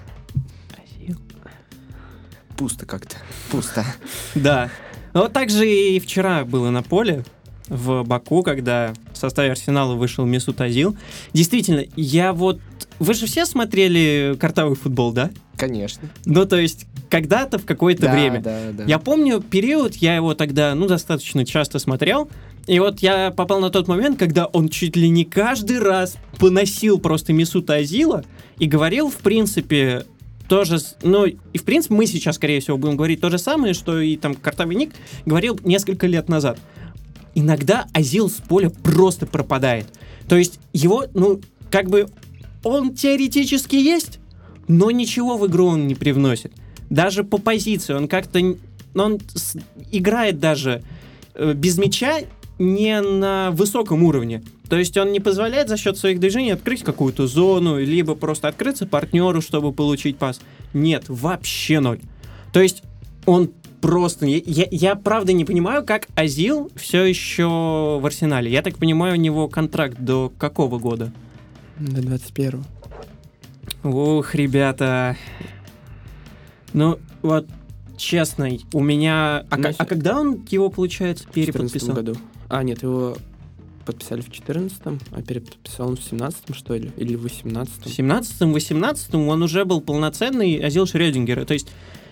Пусто как-то. Пусто. Да. Вот так же и вчера было на поле в Баку, когда в составе Арсенала вышел Месут Озил. Действительно, Вы же все смотрели картавый футбол, да? Конечно. То есть, когда-то в какое-то время. Да. Я помню период, я его тогда, достаточно часто смотрел, и я попал на тот момент, когда он чуть ли не каждый раз поносил просто Месута Озила и говорил, в принципе, тоже, и в принципе мы сейчас, скорее всего, будем говорить то же самое, что и там Картавый Ник говорил несколько лет назад. Иногда Озил с поля просто пропадает. То есть его, он теоретически есть, но ничего в игру он не привносит. Даже по позиции он как-то... Он играет даже без мяча не на высоком уровне. То есть он не позволяет за счет своих движений открыть какую-то зону, либо просто открыться партнеру, чтобы получить пас. Нет, вообще ноль. То есть он просто... Я правда не понимаю, как Озил все еще в Арсенале. Я так понимаю, у него контракт до какого года? До 21-го. Ух, ребята. Честно, у меня... А когда он его, получается, В переподписал? 2014 году. Нет, его подписали в 2014, а переподписал он в 2017, что ли? Или в 2018? В 17-18 он уже был полноценный Озил Шрёдингера. То есть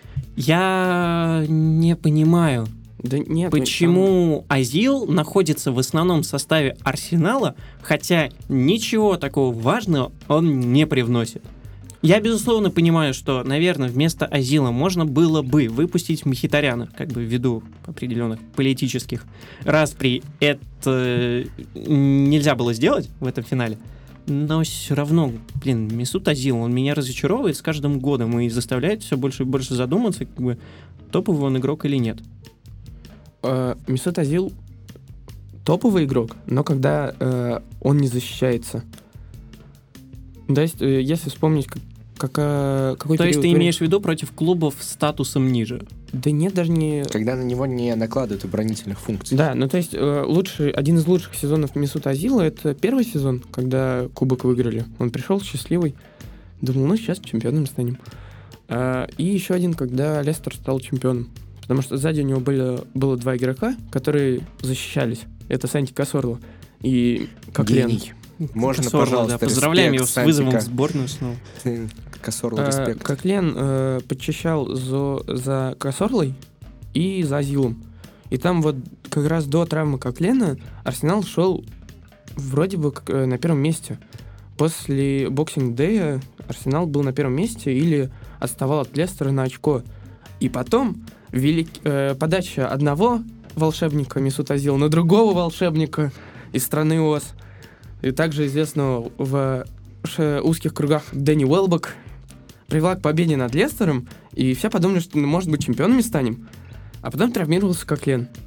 я не понимаю, Да нет. почему Озил находится в основном составе Арсенала, хотя ничего такого важного он не привносит. Я, безусловно, понимаю, что, наверное, вместо Озила можно было бы выпустить Мхитаряна, ввиду определенных политических распри. Это нельзя было сделать в этом финале. Но все равно, Месут Озил, он меня разочаровывает с каждым годом и заставляет все больше и больше задуматься, топовый он игрок или нет. Месут Озил топовый игрок, но когда он не защищается. То есть, если вспомнить, какой То есть период ты имеешь в виду против клубов с статусом ниже? Да нет, даже не... Когда на него не накладывают оборонительных функций. Да, то есть один из лучших сезонов Месута Озила — это первый сезон, когда Кубок выиграли. Он пришел счастливый. Думал, сейчас чемпионом станем. И еще один, когда Лестер стал чемпионом. Потому что сзади у него было два игрока, которые защищались. Это Санти Касорло и Коклен. Гений. Можно, Касорло, пожалуйста, да. Поздравляем его респект, с вызовом Сантика. в сборную снова. Касорло, респект. Коклен подчищал за Касорлой и за Озилом. И там как раз до травмы Коклена Арсенал шел вроде бы на первом месте. После боксинг-дэя Арсенал был на первом месте или отставал от Лестера на очко. И потом подача одного волшебника Месут Озил на другого волшебника из страны Оз, и также известного в узких кругах Дэнни Уэлбек, привела к победе над Лестером, и все подумали, что, может быть, чемпионами станем. А потом травмировался Коклен.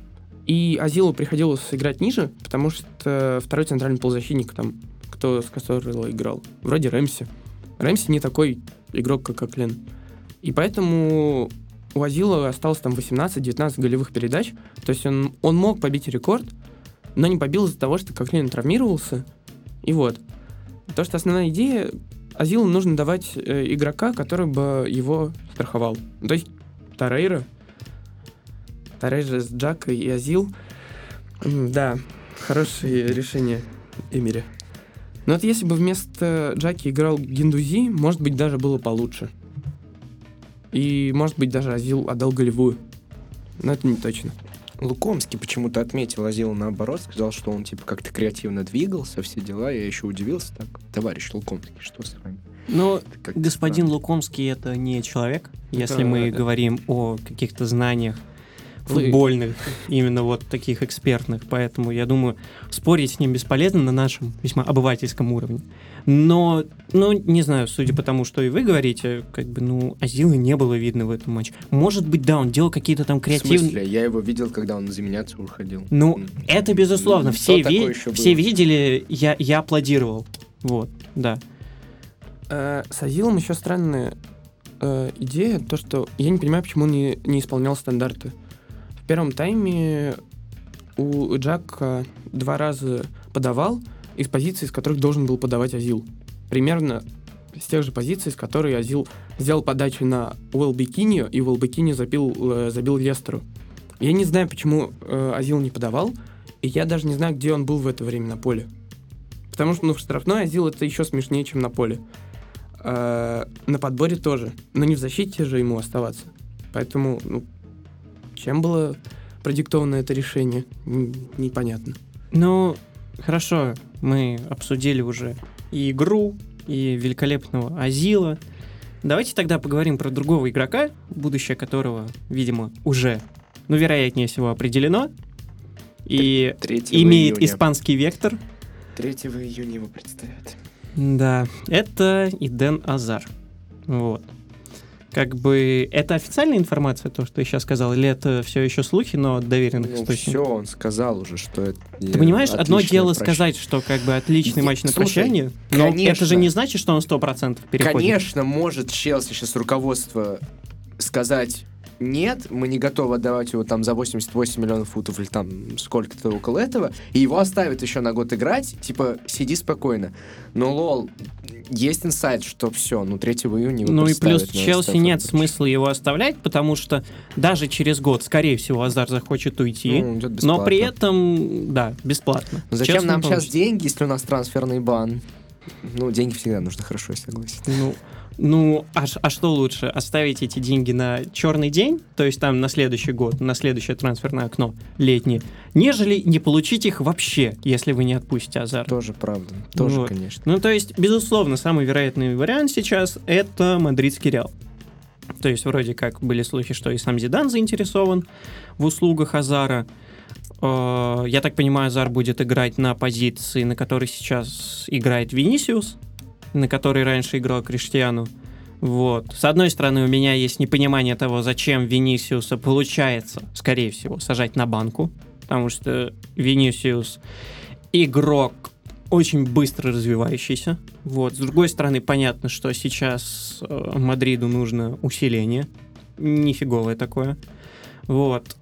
И Азилу приходилось играть ниже, потому что второй центральный полузащитник, там, кто с Касторелло играл, вроде Рэмси. Рэмси не такой игрок, как Коклин. И поэтому у Азила осталось там 18-19 голевых передач. То есть он мог побить рекорд, но не побил из-за того, что Коклин травмировался. И вот. То, что основная идея, Азилу нужно давать игрока, который бы его страховал. То есть Торрейра с Джакой и Азил. Да, хорошее решение Эмири. Но вот если бы вместо Джаки играл Гендузи, может быть, даже было получше. И, может быть, даже Азил отдал голевую. Но это не точно. Лукомский почему-то отметил Азила наоборот, сказал, что он типа как-то креативно двигался, все дела. Я еще удивился так. Товарищ Лукомский, что с вами? Но господин Лукомский — это не человек, если мы говорим о каких-то знаниях футбольных, именно вот таких экспертных. Поэтому, я думаю, спорить с ним бесполезно на нашем весьма обывательском уровне. Но, не знаю, судя по тому, что и вы говорите, как бы, Азила не было видно в этом матче. Может быть, да, он делал какие-то там креативные... В смысле? Я его видел, когда он заменяться уходил. Это безусловно. Все видели, я аплодировал. Вот, да. С Азилом еще странная идея, то, что я не понимаю, почему он не исполнял стандарты. В первом тайме у Джака 2 раза подавал из позиций, с которых должен был подавать Азил. Примерно с тех же позиций, с которых Азил сделал подачу на Уэлбекиньо, и Уэлбекиньо забил Лестеру. Я не знаю, почему Азил не подавал, и я даже не знаю, где он был в это время на поле. Потому что в штрафной Азил это еще смешнее, чем на поле. На подборе тоже. Но не в защите же ему оставаться. Поэтому, чем было продиктовано это решение, непонятно. Хорошо, мы обсудили уже и игру, и великолепного Азила. Давайте тогда поговорим про другого игрока, будущее которого, видимо, уже, вероятнее всего, определено. И имеет испанский вектор. 3 июня его представят. Да, это Эден Азар. Вот. Как бы это официальная информация, то, что я сейчас сказал, или это все еще слухи, но от доверенных источников? Все, он сказал уже, что это... Ты понимаешь, одно дело сказать, что как бы отличный матч на прощание, но это же не значит, что он 100% переходит. Конечно, может Челси сейчас руководство сказать: нет, мы не готовы отдавать его там за 88 миллионов футов или там сколько-то около этого, и его оставят еще на год играть, типа, сиди спокойно. Но, есть инсайт, что все, 3 июня его и плюс Челси нет смысла его оставлять, потому что даже через год, скорее всего, Азар захочет уйти, но при этом, да, бесплатно. Зачем нам сейчас деньги, если у нас трансферный бан? Деньги всегда нужно, хорошо, я согласен. А что лучше? Оставить эти деньги на черный день, то есть там на следующий год, на следующее трансферное окно летнее, нежели не получить их вообще, если вы не отпустите Азара. Тоже правда, тоже, конечно. То есть, безусловно, самый вероятный вариант сейчас — это мадридский Реал. То есть, вроде как были слухи, что и сам Зидан заинтересован в услугах Азара. Я так понимаю, Азар будет играть на позиции, на которой сейчас играет Винисиус, на которой раньше играл Криштиану. Вот. С одной стороны, у меня есть непонимание того, зачем Винисиуса получается, скорее всего, сажать на банку, потому что Винисиус игрок очень быстро развивающийся. Вот. С другой стороны, понятно, что сейчас Мадриду нужно усиление. Нифиговое такое. Вот.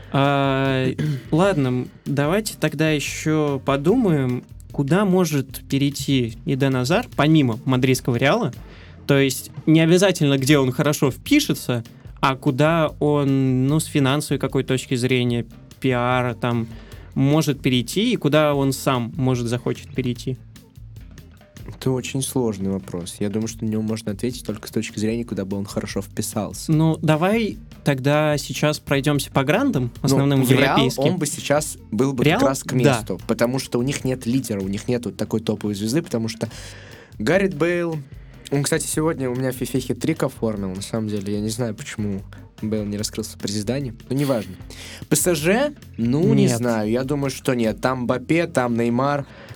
Ладно, давайте тогда еще подумаем, куда может перейти Эден Азар, помимо мадридского Реала. То есть не обязательно, где он хорошо впишется, а куда он, с финансовой какой точки зрения, пиара там, может перейти, и куда он сам захочет перейти. Это очень сложный вопрос. Я думаю, что на него можно ответить только с точки зрения, куда бы он хорошо вписался. Давай тогда сейчас пройдемся по грандам, основным европейским. Реал, он бы сейчас был бы Реал? Как раз к месту, потому что у них нет лидера, у них нет такой топовой звезды, потому что Гаррет Бейл... Он, кстати, сегодня у меня в FIFA хит-трик оформил, на самом деле. Я не знаю, почему Бейл не раскрылся при Зидане, но неважно. ПСЖ? Не знаю, я думаю, что нет. Там Мбаппе, там Неймар,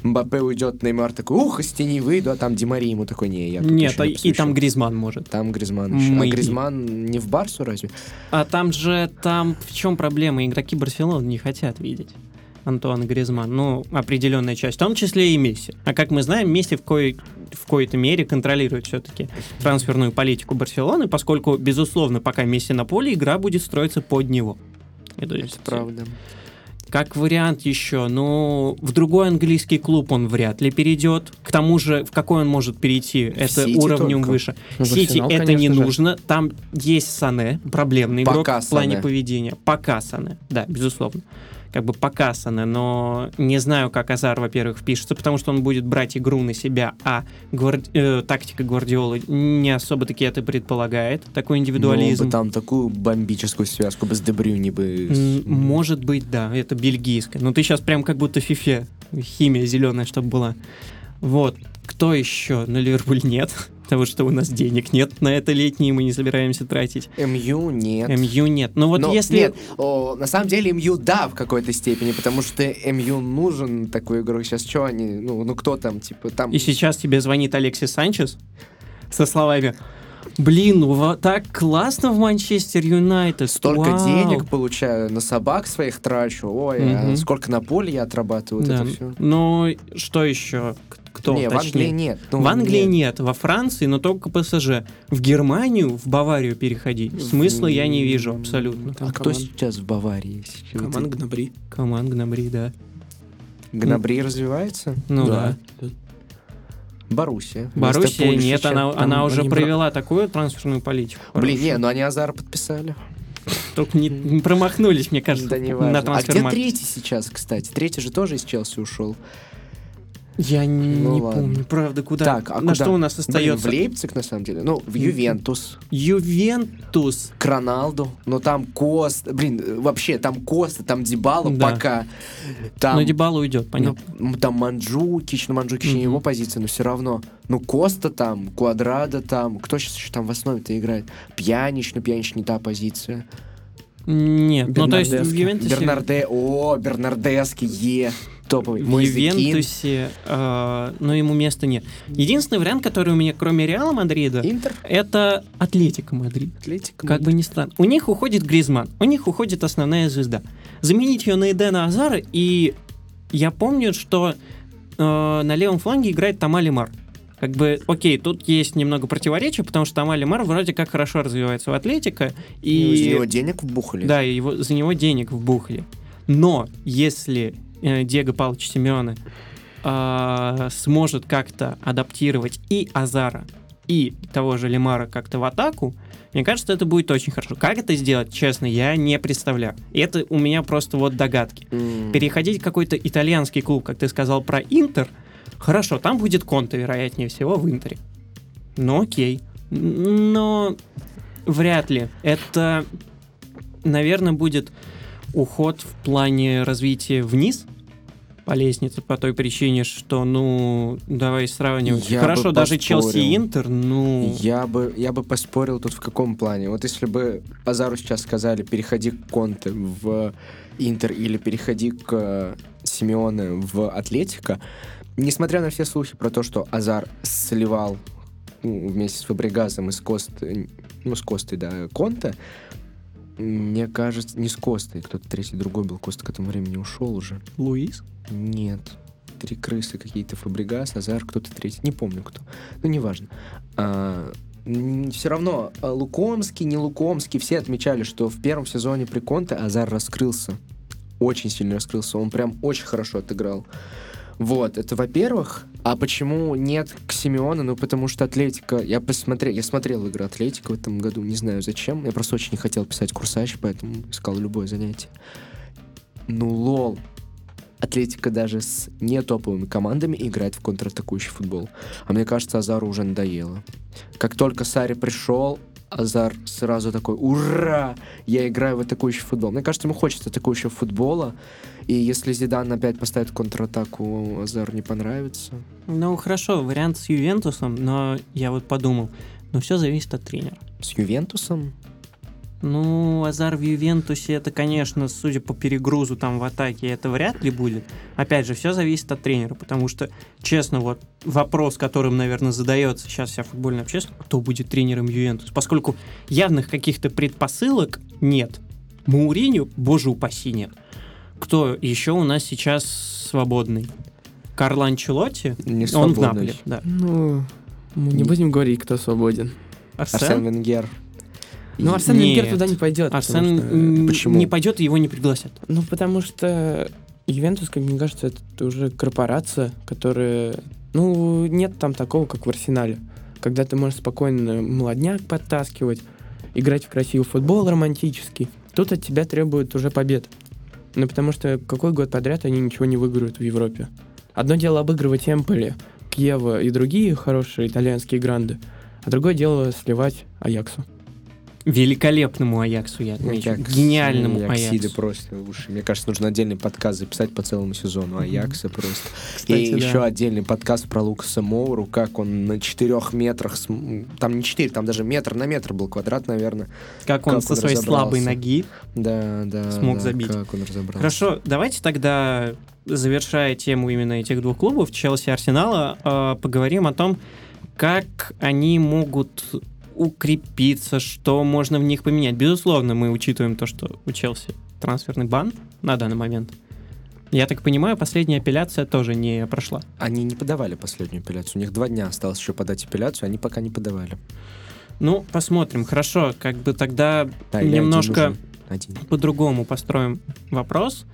Мбаппе уйдет, Неймар такой, из тени выйду, а там Ди Мария ему такой, не, я тут Нет, еще не и посвящен». там Гризманн может. Там Гризманн еще. Мы- А Гризманн не в Барсу разве? А там в чем проблема? Игроки Барселоны не хотят видеть Антуана Гризманна. Ну, определенная часть, в том числе и Месси. А как мы знаем, Месси в коей-то мере контролирует все-таки трансферную политику Барселоны, поскольку, безусловно, пока Месси на поле, игра будет строиться под него. И то есть, Правда. как вариант еще, в другой английский клуб он вряд ли перейдет. К тому же, в какой он может перейти? Это Сити уровнем только. выше. Ну, в Сити Арсенал, это не конечно же. нужно. Там есть Сане, проблемный игрок Пока в плане Сане. поведения. Пока Сане, да, безусловно. Как бы пока Сане, но не знаю, как Азар, во-первых, впишется, потому что он будет брать игру на себя, а тактика Гвардиолы не особо-таки это предполагает, такой индивидуализм. Ну, бы там такую бомбическую связку бы с Дебрюни бы... Может быть, да, это бельгийская. Но ты сейчас прям как будто фифе, химия зеленая, чтобы была. Вот. Кто еще? На Ливерпуль нет, потому что у нас денег нет на это летнее, мы не собираемся тратить. МЮ нет. МЮ нет. Ну вот Но если... Нет, на самом деле МЮ да, в какой-то степени, потому что МЮ нужен такой игрок. Сейчас что они, кто там, типа, там... И сейчас тебе звонит Алексис Санчес со словами: блин, так классно в Манчестер Юнайтед. Столько Вау!» денег получаю, на собак своих трачу, а сколько на поле я отрабатываю, Да. это все. Ну, что еще? Кто? Не, в точнее? Англии нет. В Англии нет, во Франции, но только ПСЖ. В Германию, в Баварию переходить смысла я не вижу абсолютно. Там А кто команд- сейчас в Баварии? Команда Гнабри. Команд Гнабри, да. Гнабри развивается? Ну да. Боруссия. Боруссия Вместо нет, Пульшича. она уже они провела такую трансферную политику. Блин, хорошую. но они Азара подписали. Только не промахнулись, мне кажется, Да не на важно. А где трансфер-маркете. третий сейчас, кстати? Третий же тоже из Челси ушел. Я не ладно. помню, правда, куда. Так, а на куда? что у нас Блин, остается? в Лейпциг, на самом деле. В Ювентус. Ювентус. К Роналду. Но там Коста. Блин, вообще, там Коста, там Дибала Да. пока. Там, Но Дибала уйдет, понятно. там Манджукич, Манджукич не его позиция, но все равно. Коста там, Квадрадо там. Кто сейчас еще там в основе-то играет? Пьянич, но Пьянич не та позиция. Нет, ну то есть в Бернардески. Ювентусе... Бернардески, топовый. В Мой Зекин. Ювентусе, но ему места нет. Единственный вариант, который у меня, кроме Реала Мадрида, Интер, это Атлетико Мадрид. Атлетико. Как бы ни странно. У них уходит Гризманн, у них уходит основная звезда. Заменить ее на Эдена Азара, и я помню, что на левом фланге играет Тамали Мар. Как бы, окей, тут есть немного противоречия, потому что Тамали Мар вроде как хорошо развивается в Атлетико, и... Из него денег вбухали. Да, и за него денег вбухали. Но если Диего Павлович Симеоне сможет как-то адаптировать и Азара, и того же Лемара как-то в атаку, мне кажется, это будет очень хорошо. Как это сделать, честно, я не представляю. И это у меня просто вот догадки. Переходить в какой-то итальянский клуб, как ты сказал про Интер, хорошо, там будет Конте, вероятнее всего, в Интере. Ну окей. Но вряд ли. Это, наверное, будет уход в плане развития вниз по лестнице, по той причине, что, давай сравнивать. Я Хорошо, бы даже поспорил. Челси и Интер, Я бы поспорил тут в каком плане. Вот если бы Азару сейчас сказали, переходи к Конте в Интер или переходи к Симеоне в Атлетико, несмотря на все слухи про то, что Азар сливал вместе с Фабрегасом и с Костой, Конте, мне кажется, не с Костой, кто-то третий, другой был, Коста к этому времени ушел уже. Луис? Нет. 3 крысы какие-то, Фабрегас, Азар, кто-то третий, не помню кто. Неважно. Все равно Лукомский, не Лукомский, все отмечали, что в первом сезоне при Конте Азар раскрылся. Очень сильно раскрылся. Он прям очень хорошо отыграл. Вот, это во-первых. А почему нет к Симеоне? Потому что Атлетико... Я смотрел игры Атлетико в этом году, не знаю зачем. Я просто очень не хотел писать курсач, поэтому искал любое занятие. Лол. Атлетико даже с не топовыми командами играет в контратакующий футбол. А мне кажется, Азару уже надоело. Как только Сарри пришел, Азар сразу такой: ура! Я играю в атакующий футбол. Мне кажется, ему хочется атакующего футбола. И если Зидан опять поставит контратаку, Азару не понравится. Ну, хорошо, вариант с Ювентусом, но я вот подумал, все зависит от тренера. С Ювентусом? Ну, Азар в Ювентусе, это, конечно, судя по перегрузу там в атаке, это вряд ли будет. Опять же, все зависит от тренера, потому что, честно, вот вопрос, которым, наверное, задается сейчас вся футбольная общественность, кто будет тренером Ювентуса, поскольку явных каких-то предпосылок нет. Мауриньо, боже упаси, нет. Кто еще у нас сейчас свободный? Карло Анчелотти? Не Он в свободный. Наполе, да. Ну, мы не будем говорить, кто свободен. Арсен Венгер. Ну, Арсен Нет. Венгер туда не пойдет. Арсен потому что- Почему? не пойдет, и его не пригласят. Ну, потому что Ювентус, как мне кажется, это уже корпорация, которая... Ну, нет там такого, как в Арсенале. Когда ты можешь спокойно молодняк подтаскивать, играть в красивый футбол романтический. Тут от тебя требуют уже побед. Ну, потому что какой год подряд они ничего не выиграют в Европе. Одно дело обыгрывать Эмполи, Кьево и другие хорошие итальянские гранды, а другое дело сливать Аяксу. Великолепному Аяксу, я отмечу. Гениальному Аяксиды Аяксу. просто уши. Мне кажется, нужно отдельный подкаст записать по целому сезону Аякса просто. Кстати, И да. еще отдельный подкаст про Лукаса Моуру, как он на 4 метрах, там не 4, там даже метр на метр был квадрат, наверное. Как он Как со он своей разобрался. слабой ноги. Да, Смог да, забить. как он разобрался. Хорошо, давайте тогда, завершая тему именно этих двух клубов, Челси и Арсенала, поговорим о том, как они могут укрепиться, что можно в них поменять. Безусловно, мы учитываем то, что у Челси трансферный бан на данный момент. Я так понимаю, последняя апелляция тоже не прошла. Они не подавали последнюю апелляцию. У них 2 дня осталось еще подать апелляцию, они пока не подавали. Ну, посмотрим. Хорошо, как бы тогда Да, или немножко один. по-другому построим вопрос.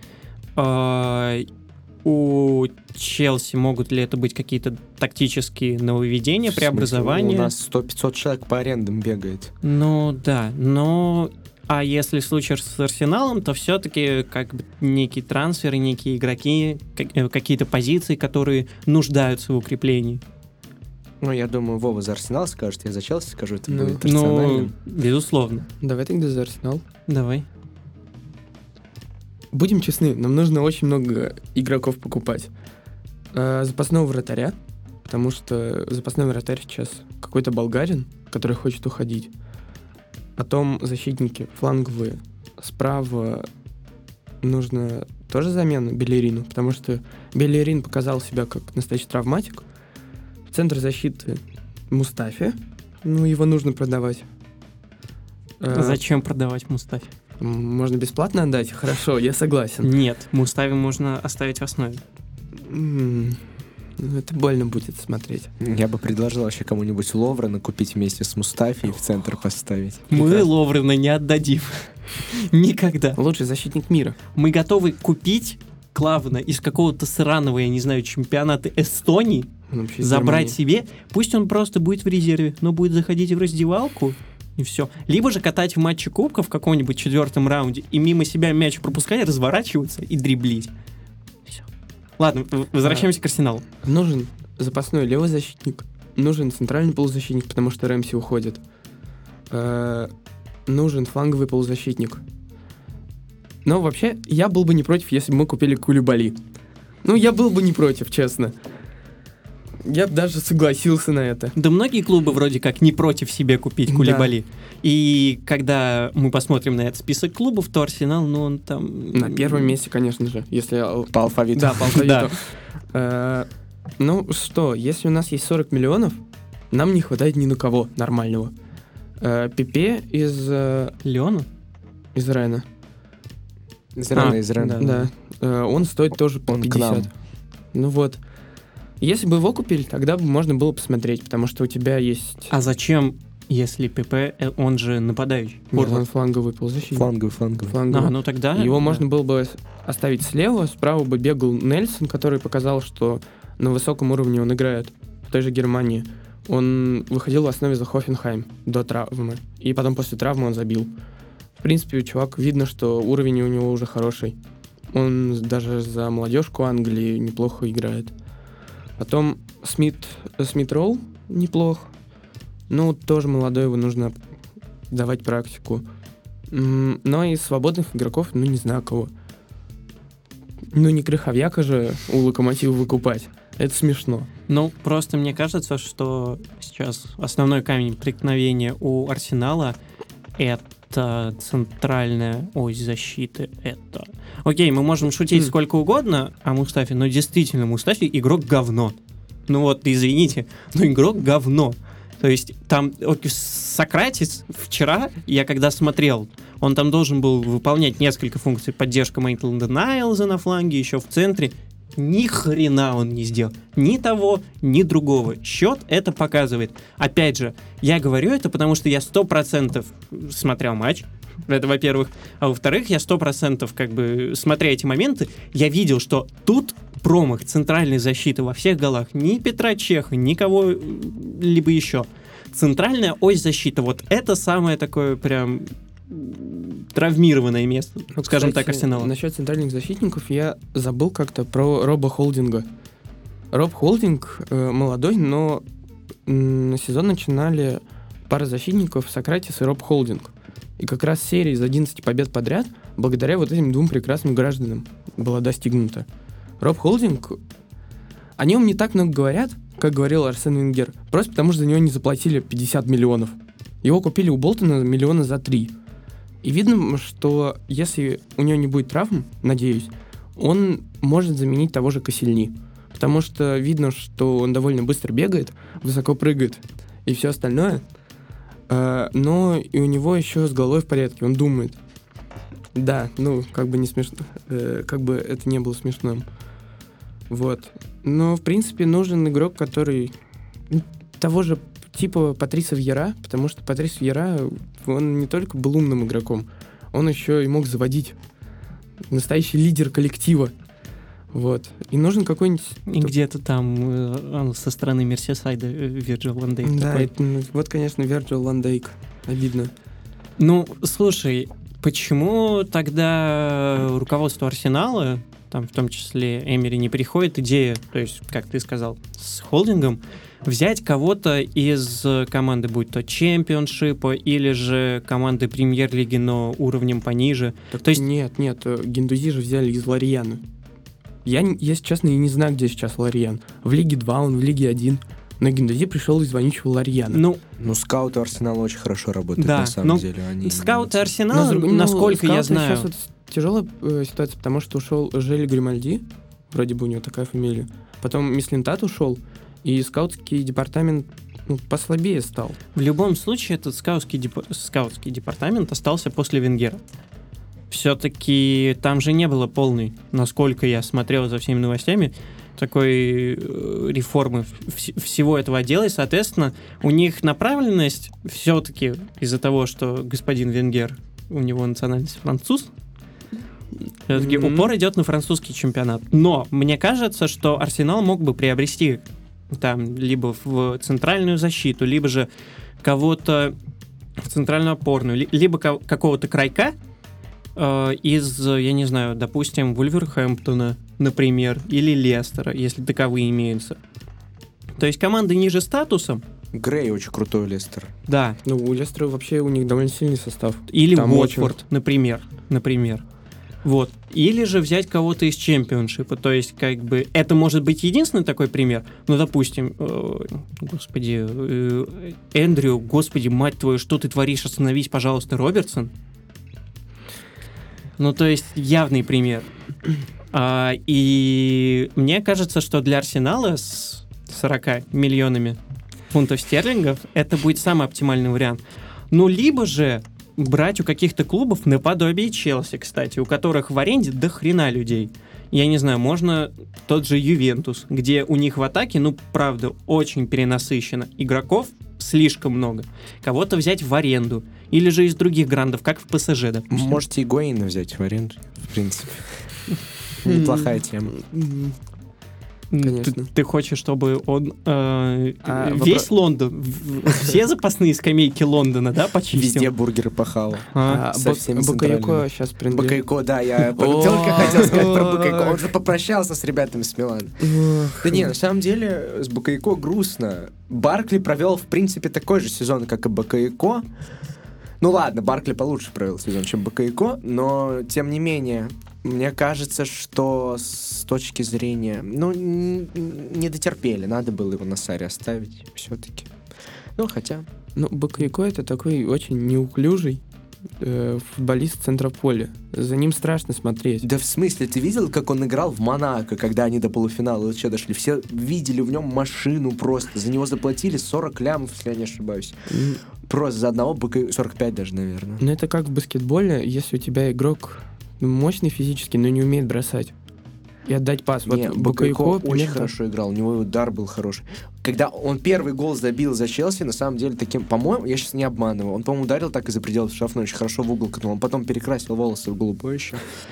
У Челси могут ли это быть какие-то тактические нововведения, В смысле? преобразования? У нас 100-500 человек по арендам бегает. Ну да, но... А если случай с Арсеналом, то все-таки как бы некие трансферы, некие игроки, какие-то позиции, которые нуждаются в укреплении. Ну, я думаю, Вова за Арсенал скажет, я за Челси скажу, это Ну, будет Ну, рациональным. безусловно. Давай тогда за Арсенал. Давай. Будем честны, нам нужно очень много игроков покупать. Запасного вратаря, потому что запасной вратарь сейчас какой-то болгарин, который хочет уходить. Потом защитники фланговые. Справа нужно тоже замена Белерину, потому что Белерин показал себя как настоящий травматик. Центр защиты Мустафи. Ну, его нужно продавать. Зачем продавать Мустафи? Можно бесплатно отдать? Хорошо, я согласен. Нет, Мустафи можно оставить в основе. Ну, это больно будет смотреть. Я бы предложил вообще кому-нибудь Ловрена купить вместе с Мустафи и в центр поставить. Мы Прекрасно. Ловрена не отдадим. Никогда. Лучший защитник мира. Мы готовы купить Клавана из какого-то сраного, я не знаю, чемпионата Эстонии, Он вообще из забрать Германии. себе, пусть он просто будет в резерве, но будет заходить в раздевалку, и все. Либо же катать в матче кубка в каком-нибудь 4-м раунде и мимо себя мяч пропускать, разворачиваться и дриблить. Все. Ладно, возвращаемся к Арсеналу. Нужен запасной левый защитник. Нужен центральный полузащитник, потому что Рэмси уходит. Нужен фланговый полузащитник. Но вообще, я был бы не против, если бы мы купили Кулибали. Ну, я был бы не против, честно. Я бы даже согласился на это. Да многие клубы вроде как не против себе купить Да. Кулибали. И когда мы посмотрим на этот список клубов, то Арсенал, ну он там... На первом месте, конечно же, если... По алфавиту. Да, по алфавиту. Да. Ну что, если у нас есть 40 миллионов, нам не хватает ни на кого нормального. Пепе из Леона? Рена. Из Рена, А, из Рена. да. Да. Он стоит тоже по Он к 50. нам. Ну вот. Если бы его купили, тогда бы можно было посмотреть, потому что у тебя есть... А зачем, если ПП, он же нападающий? Нет, он Форвард. фланговый полузащитник. Фланговый. Фланговый. А, ну тогда... Его да. можно было бы оставить слева, справа бы бегал Нельсон, который показал, что на высоком уровне он играет в той же Германии. Он выходил в основе за Хофенхайм до травмы, и потом после травмы он забил. В принципе, чувак, видно, что уровень у него уже хороший. Он даже за молодежку Англии неплохо играет. Потом Смит Роу неплох. Ну, тоже молодой, его нужно давать практику. Но из свободных игроков, ну, не знаю кого. Ну, не Крыховьяка же у Локомотива выкупать. Это смешно. Ну, просто мне кажется, что сейчас основной камень преткновения у Арсенала — это центральная ось защиты, это... Окей, мы можем шутить сколько угодно о Мустафе, но действительно, Мустафи игрок говно. Ну вот, извините, но игрок говно. То есть там Сократис вчера, я когда смотрел, он там должен был выполнять несколько функций. Поддержка Мейтленда Найлза на фланге, еще в центре. Ни хрена он не сделал. Ни того, ни другого. Счет это показывает. Опять же, я говорю это, потому что я 100% смотрел матч. Это во-первых. А во-вторых, я 100% как бы, смотря эти моменты, я видел, что тут промах центральной защиты во всех голах. Ни Петра Чеха, ни кого-либо еще. Центральная ось защиты, вот это самое такое прям травмированное место, Ну, скажем кстати, так, Арсенала. Насчет центральных защитников я забыл как-то про Роба Холдинга. Роб Холдинг молодой, но сезон начинали пара защитников Сократис и Роб Холдинг. И как раз серия из 11 побед подряд благодаря вот этим двум прекрасным гражданам была достигнута. Роб Холдинг, о нем не так много говорят, как говорил Арсен Венгер, просто потому что за него не заплатили 50 миллионов. Его купили у Болтона миллиона за 3. И видно, что если у него не будет травм, надеюсь, он может заменить того же Косельни. Потому что видно, что он довольно быстро бегает, высоко прыгает и все остальное. Но и у него еще с головой в порядке, он думает. Да, ну, как бы не смешно, как бы это не было смешным. Вот. Но, в принципе, нужен игрок, который того же типа Патриса Вьера, потому что Патрис Вьера, он не только был умным игроком, он еще и мог заводить. Настоящий лидер коллектива. Вот. И нужен какой-нибудь... И где-то там со стороны Мерсисайда Вирджил ван Дейк. Да, вот, конечно, Вирджил ван Дейк. Обидно. Ну, слушай, почему тогда руководство Арсенала, там в том числе Эмери, не приходит идея, то есть, как ты сказал, с Холдингом, взять кого-то из команды, будь то чемпионшипа или же команды премьер-лиги, но уровнем пониже? Так, то есть... Нет, Гендузи же взяли из Лорьяна. Я, если честно, и не знаю, где сейчас Лорьян. В Лиге 2, он в Лиге 1. Но Гендузи пришел из вонючего Лорьяна. Ну, скауты Арсенала очень хорошо работают, да, на самом деле. Они скауты Арсенала, насколько я знаю... Сейчас вот тяжелая ситуация, потому что ушел Жели Гримальди, вроде бы у него такая фамилия. Потом Мислинтат ушел, и скаутский департамент послабее стал. В любом случае, этот скаутский департамент остался после Венгера. Все-таки там же не было полной, насколько я смотрел за всеми новостями, такой реформы всего этого отдела, и, соответственно, у них направленность все-таки из-за того, что господин Венгер, у него национальность француз, все-таки упор идет на французский чемпионат. Но мне кажется, что Арсенал мог бы приобрести там либо в центральную защиту, либо же кого-то в центральную опорную, либо какого-то крайка из, я не знаю, допустим, Вулверхэмптона, например, или Лестера, если таковые имеются. То есть команды ниже статусом. Грей очень крутой Лестер. Да. Ну, у Лестера вообще у них довольно сильный состав. Или там Уотфорд, например. Вот. Или же взять кого-то из чемпионшипа. То есть, как бы, это может быть единственный такой пример. Ну, допустим, Эндрю, господи, мать твою, что ты творишь? Остановись, пожалуйста, Робертсон. Ну, то есть, явный пример. И мне кажется, что для Арсенала с 40 миллионами фунтов стерлингов это будет самый оптимальный вариант. Ну, либо же брать у каких-то клубов наподобие Челси, кстати, у которых в аренде до хрена людей. Я не знаю, можно тот же Ювентус, где у них в атаке, ну, правда, очень перенасыщено. Игроков слишком много. Кого-то взять в аренду. Или же из других грандов, как в ПСЖ, допустим. Можете Игуаина взять в аренду, в принципе. Неплохая тема. Конечно. Ты хочешь, чтобы он весь Лондон, все запасные скамейки Лондона, да, почистил? Везде бургеры пахал. Со всеми Бакайко сейчас Бакайко, да, я только хотел сказать про Бакайко. Он же попрощался с ребятами с Милана. Да не, на самом деле, с Бакайко грустно. Баркли провел, в принципе, такой же сезон, как и Бакайко. Ну ладно, Баркли получше провел сезон, чем Бакайко, но, тем не менее, мне кажется, что с точки зрения... Ну, не дотерпели, надо было его на Саре оставить все-таки. Ну, хотя... Ну, Бакайко это такой очень неуклюжий, футболист центра поля. За ним страшно смотреть. Да в смысле, ты видел, как он играл в Монако, когда они до полуфинала вообще дошли? Все видели в нем машину просто. За него заплатили 40 лямов, если я не ошибаюсь. Просто за одного быка 45 даже, наверное. Но это как в баскетболе, если у тебя игрок мощный физически, но не умеет бросать и отдать пас. Не, Вот Бакайко очень примерно. хорошо играл, у него удар был хороший. Когда он первый гол забил за Челси, на самом деле таким, по-моему, я сейчас не обманываю, он, по-моему, ударил так из-за пределов штрафной, очень хорошо в угол катнул, он потом перекрасил волосы в голубой еще.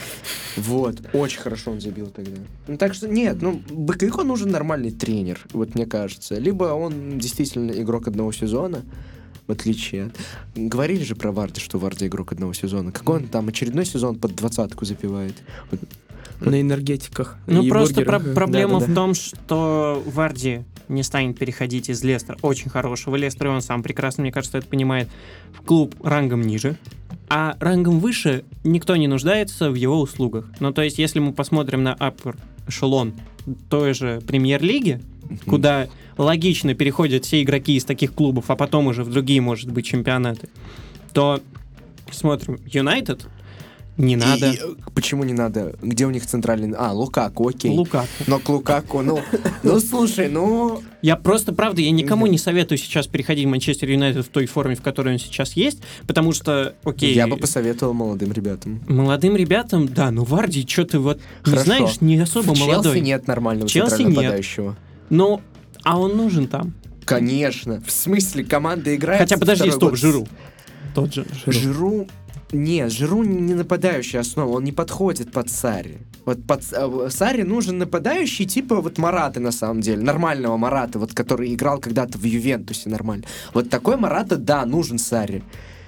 Вот, очень хорошо он забил тогда. Ну, так что нет, Бакайко нужен нормальный тренер, вот мне кажется. Либо он действительно игрок одного сезона, в отличие от... Говорили же про Варди, что Варди игрок одного сезона. Какой он там очередной сезон под 20-ку запивает? Вот. На энергетиках. Ну, и просто бургерах. проблема Да-да-да. в том, что Варди не станет переходить из Лестера, очень хорошего Лестера, и он сам прекрасно, мне кажется, это понимает, в клуб рангом ниже, а рангом выше никто не нуждается в его услугах. Ну, то есть, если мы посмотрим на upper эшелон той же премьер-лиги, куда логично переходят все игроки из таких клубов, а потом уже в другие, может быть, чемпионаты, то смотрим, Юнайтед не надо. Почему не надо? Где у них центральный... Лукаку, окей. Лукаку. Но к Лукаку, слушай, Я просто, правда, я никому не советую сейчас переходить в Манчестер Юнайтед в той форме, в которой он сейчас есть, потому что, окей... Я бы посоветовал молодым ребятам. Молодым ребятам, да, но Варди, что ты вот, не Хорошо. знаешь, не особо В молодой. Челси нет нормального Челси центрального нет. нападающего. Ну, а он нужен там. Конечно. В смысле, команда играет... Хотя, подожди, второй стоп, год. Жиру. Тот же. Жиру... Не, Жиру не нападающая основа, он не подходит под Сарри. Вот под Сарри нужен нападающий типа вот Мараты на самом деле, нормального Марата, вот который играл когда-то в Ювентусе нормально. Вот такой Марата, да, нужен Сарри.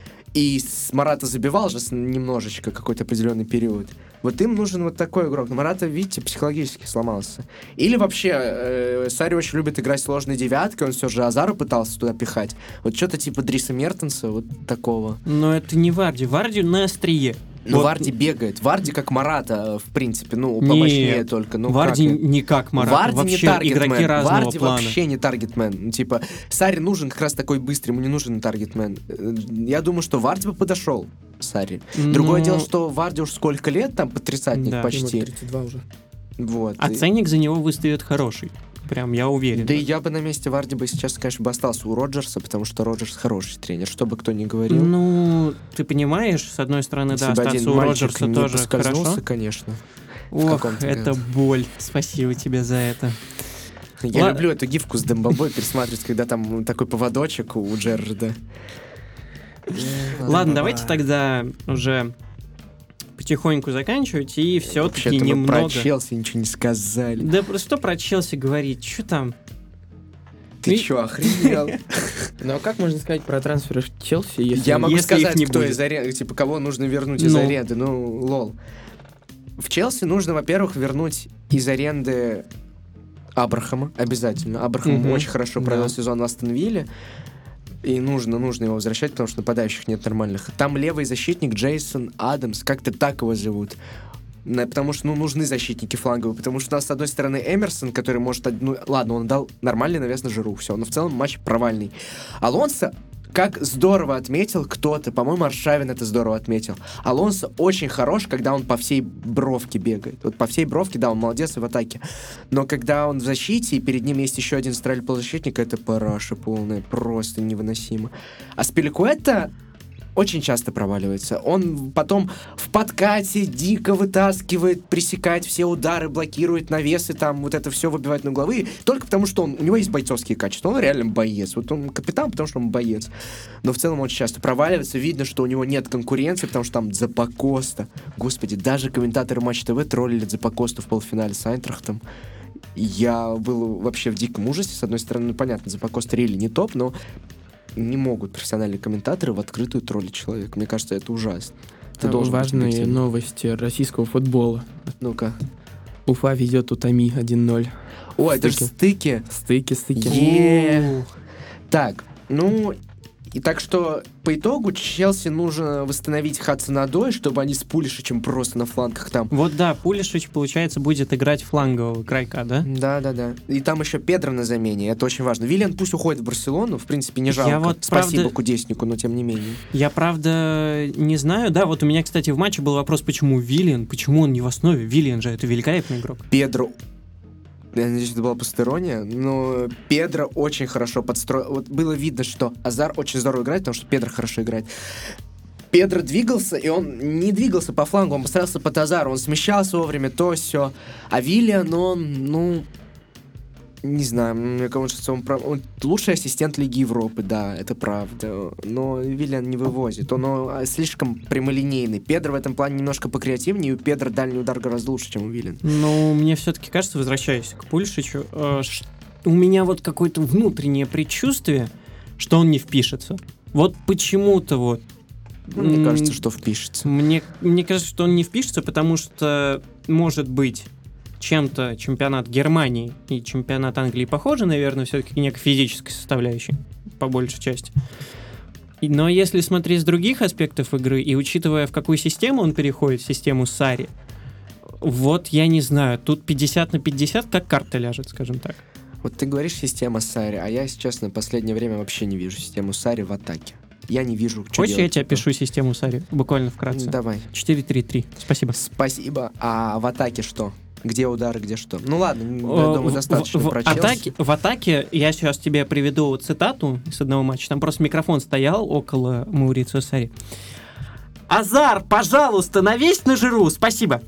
И Марата забивал же немножечко какой-то определенный период. Вот им нужен вот такой игрок. Но Марата, видите, психологически сломался. Или вообще, Сарри очень любит играть сложной девяткой, он все же Азару пытался туда пихать. Вот что-то типа Дриса Мертенса, вот такого. Но это не Варди. Варди на острие. Ну, Вот. Варди бегает. Варди как Марата, в принципе, помощнее Нет, только. Варди как? не как Марат. Варди Вообще не таргетмен. игроки разного Варди плана. вообще не таргетмен. Ну, типа, Сарри нужен как раз такой быстрый, ему не нужен таргетмен. Я думаю, что Варди бы подошел, Сарри. Другое Ну, дело, что Варди уж сколько лет, там, под тридцатник Да. Ему почти. 32 уже. Вот. А ценник за него выставят хороший. Прям, я уверен. Да и я бы на месте Варди бы сейчас, конечно, бы остался у Роджерса, потому что Роджерс хороший тренер, что бы кто ни говорил. Ну, ты понимаешь, с одной стороны, да, Если бы один остаться у мальчик Роджерса не тоже поскользнулся, хорошо. конечно. в Ох, каком-то это году. боль. Спасибо тебе за это. Я люблю эту гифку с Дембабой пересматривать, когда там такой поводочек у Джерарда. Ладно, давайте тогда уже потихоньку заканчивать и все-таки Вообще-то мы немного... про Челси ничего не сказали. Да что про Челси говорить? Что там? Ты И- чё, охренел? Ну а как можно сказать про трансферы в Челси, если... Я могу Если их сказать, не кто будет. из аренды, типа, кого нужно вернуть из Ну. аренды. Ну, лол. В Челси нужно, во-первых, вернуть из аренды Абрахама, обязательно. Абрахам Мгм. очень хорошо Да. провел сезон в Астон Вилле. И нужно его возвращать, потому что нападающих нет нормальных. Там левый защитник Джейсон Адамс, как-то так его зовут. Потому что, нужны защитники фланговые. Потому что у нас, с одной стороны, Эмерсон, который может... ладно, он дал нормальный навес на Жиру, все. Но в целом матч провальный. Алонсо, как здорово отметил кто-то, по-моему, Аршавин это здорово отметил. Алонсо очень хорош, когда он по всей бровке бегает. Вот по всей бровке, да, он молодец и в атаке. Но когда он в защите, и перед ним есть еще один центральный полузащитник, это параша полная, просто невыносимо. А Спиликуэта очень часто проваливается. Он потом в подкате дико вытаскивает, пресекает все удары, блокирует навесы, там вот это все выбивает на угловые, только потому что у него есть бойцовские качества. Он реально боец. Вот он капитан, потому что он боец. Но в целом очень часто проваливается. Видно, что у него нет конкуренции, потому что там Запакоста. Господи, даже комментаторы Матч ТВ троллили Запакосту в полуфинале с Айнтрахтом. Я был вообще в диком ужасе. С одной стороны, понятно, Запакоста рели не топ, но не могут профессиональные комментаторы в открытую троллить человека. Мне кажется, это ужасно. Ты должен быть Важные объективным. новости российского футбола. Ну-ка. Уфа ведет Утами 1-0. О, это же стыки. Стыки. Е. Так, И так что по итогу Челси нужно восстановить Хадсон-Одой, чтобы они с Пулишичем просто на флангах там. Вот да, Пулишич, получается, будет играть флангового крайка, да? Да. И там еще Педро на замене, это очень важно. Виллиан пусть уходит в Барселону, в принципе, не жалко. вот, Спасибо правда, кудеснику, но тем не менее. Я, правда, не знаю. Да, вот у меня, кстати, в матче был вопрос, почему Виллиан, почему он не в основе? Виллиан же это великолепный игрок. Педро... Я надеюсь, это была посторонняя, но Педро очень хорошо подстроил. Вот было видно, что Азар очень здорово играет, потому что Педро хорошо играет. Педро двигался, и он не двигался по флангу, он постарался под Азару, он смещался вовремя, то все. А Виллиан, он, не знаю, мне кажется, он лучший ассистент Лиги Европы, да, это правда. Но Виллиан не вывозит, он слишком прямолинейный. Педро в этом плане немножко покреативнее, и у Педро дальний удар гораздо лучше, чем у Виллиана. Ну, мне все-таки кажется, возвращаясь к Пулишичу, у меня вот какое-то внутреннее предчувствие, что он не впишется. Вот почему-то вот. Мне кажется, что впишется. Мне кажется, что он не впишется, потому что, может быть, чем-то чемпионат Германии и чемпионат Англии похожи, наверное, все-таки к некой физической составляющей, по большей части. Но если смотреть с других аспектов игры, и учитывая, в какую систему он переходит, в систему Сарри, вот я не знаю, тут 50 на 50, как карта ляжет, скажем так. Вот ты говоришь система Сарри, а я, если честно, в последнее время вообще не вижу систему Сарри в атаке. Я не вижу, что Хочешь, делать. я тебе опишу систему Сарри, буквально вкратце? Давай. 4-3-3, спасибо. Спасибо. А в атаке что? Где удары, где что? Ну ладно, я думаю, достаточно про Челси. В атаке я сейчас тебе приведу цитату с одного матча. Там просто микрофон стоял около Маурицио Сарри. Азар, пожалуйста, навесь на Жиру, спасибо.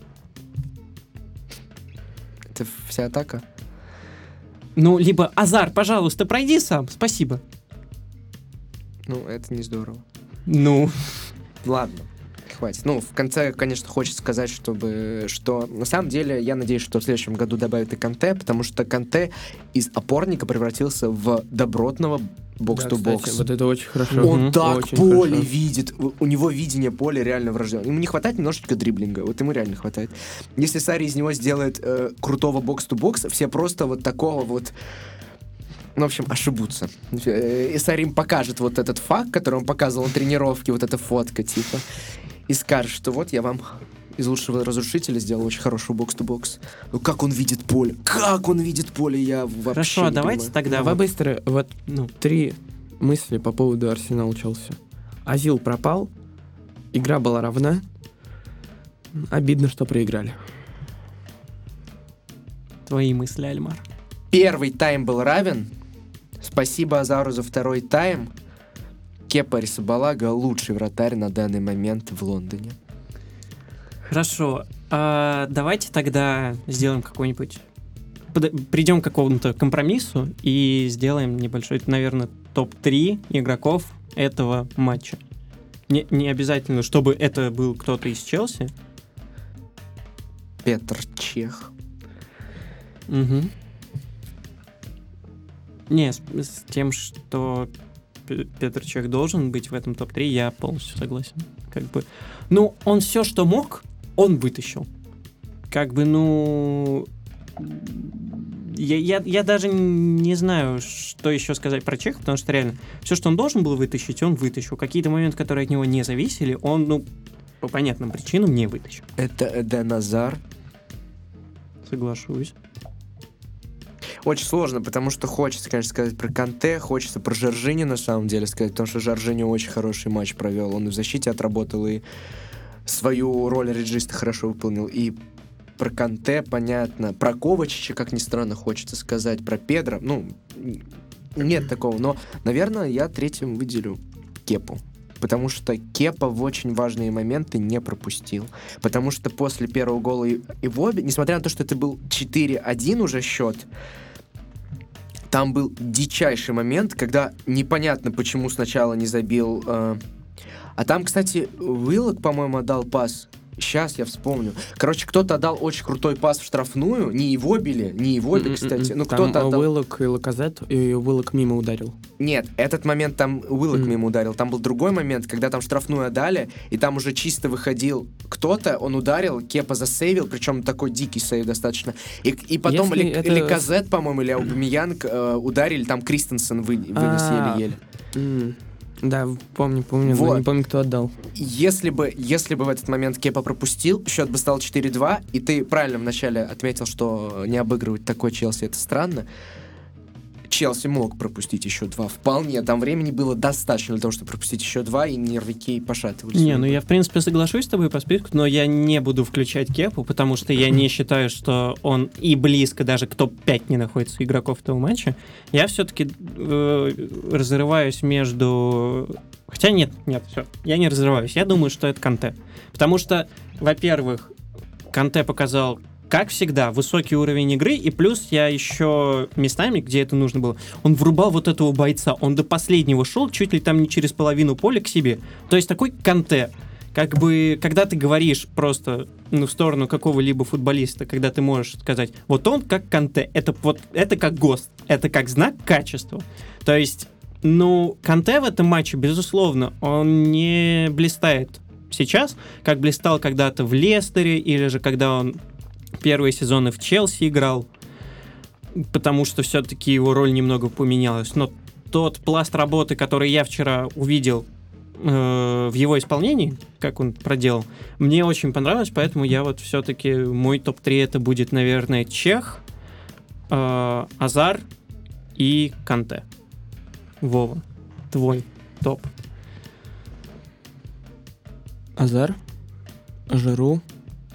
Это вся атака? Ну, либо Азар, пожалуйста, пройди сам, спасибо. Ну, это не здорово. Ну, ладно. Хватит. Ну, в конце, конечно, хочется сказать, что на самом деле я надеюсь, что в следующем году добавят и Канте, потому что Канте из опорника превратился в добротного бокс-то-бокс. Вот это очень хорошо. Он так очень поле хорошо. видит. У него видение поля реально врожденное. Ему не хватает немножечко дриблинга. Вот ему реально хватает. Если Сарри из него сделает крутого бокс-то-бокса, все просто вот такого вот... Ну, в общем, ошибутся. И Сарри им покажет вот этот факт, который он показывал на тренировке, вот эта фотка, типа. И скажет, что вот я вам из лучшего разрушителя сделал очень хороший бокс-то-бокс. Ну как он видит поле? Как он видит поле? Я вообще хорошо, не давайте понимаю. тогда... Давай вот- быстро, вот Ну, 3 мысли по поводу Арсенал Челси. Азил пропал, игра была равна, обидно, что проиграли. твои мысли, Альмар. Первый тайм был равен. Спасибо Азару за второй тайм. Кепа Арrizabalaga лучший вратарь на данный момент в Лондоне. Хорошо, давайте тогда сделаем какой-нибудь... Придем к какому-то компромиссу и сделаем небольшой, наверное, топ-3 игроков этого матча. Не обязательно, чтобы это был кто-то из Челси. Петр Чех. Угу. Не, с тем, что Петр Чех должен быть в этом топ-3, я полностью согласен. Как бы, ну, он все, что мог, он вытащил. Как бы, ну... Я даже не знаю, что еще сказать про Чеха, потому что реально все, что он должен был вытащить, он вытащил. Какие-то моменты, которые от него не зависели, он, ну, по понятным причинам не вытащил. Это Эден Азар. Соглашусь. Очень сложно, потому что хочется, конечно, сказать про Канте, хочется про Жоржиньо на самом деле сказать, потому что Жоржиньо очень хороший матч провел. Он и в защите отработал, и свою роль реджиста хорошо выполнил. И про Канте, понятно. Про Ковачича, как ни странно, хочется сказать. Про Педро, ну, нет такого. Но, наверное, я третьим выделю Кепу. Потому что Кепа в очень важные моменты не пропустил. Потому что после первого гола Ивоби, несмотря на то, что это был 4-1 уже счет, там был дичайший момент, когда непонятно, почему сначала не забил... А там, кстати, Уиллок, по-моему, отдал пас. Сейчас я вспомню. Короче, кто-то отдал очень крутой пас в штрафную. Не Ивоби, кстати. Ну, там кто-то отдал... Уиллок и Лаказет, и Уиллок мимо ударил. Нет, этот момент там Уиллок мимо ударил. Там был другой момент, когда там штрафную отдали, и там уже чисто выходил кто-то, он ударил, Кепа засейвил, причем такой дикий сейв достаточно. И потом Если Лаказет, по-моему, или Аубамейянг ударили, там Кристенсен вынес еле-еле. Да, помню, но Вот. не помню, кто отдал. Если бы в этот момент Кепа пропустил, счет бы стал 4-2, и ты правильно вначале отметил, что не обыгрывать такой Челси — это странно. Челси мог пропустить еще 2 вполне. Там времени было достаточно для того, чтобы пропустить еще 2, и нервики пошатывались. Не, ну я в принципе соглашусь с тобой по списку, но я не буду включать Кепу, потому что я не считаю, что он и близко даже к топ-5 не находится игроков этого матча. Я все-таки разрываюсь между... Хотя нет, все, я не разрываюсь. Я думаю, что это Канте. Потому что, во-первых, Канте показал, как всегда, высокий уровень игры, и плюс я еще местами, где это нужно было, он врубал вот этого бойца, он до последнего шел, чуть ли там не через половину поля к себе. То есть такой Канте. Как бы, когда ты говоришь просто в сторону какого-либо футболиста, когда ты можешь сказать, вот он как Канте, это как ГОСТ, это как знак качества. То есть, Канте в этом матче, безусловно, он не блистает сейчас, как блистал когда-то в Лестере, или же когда он первые сезоны в Челси играл, потому что все-таки его роль немного поменялась. Но тот пласт работы, который я вчера увидел в его исполнении, как он проделал, мне очень понравилось, поэтому я вот все-таки, мой топ-3 это будет, наверное, Чех, Азар и Канте. Вова, твой топ. Азар, Жиру.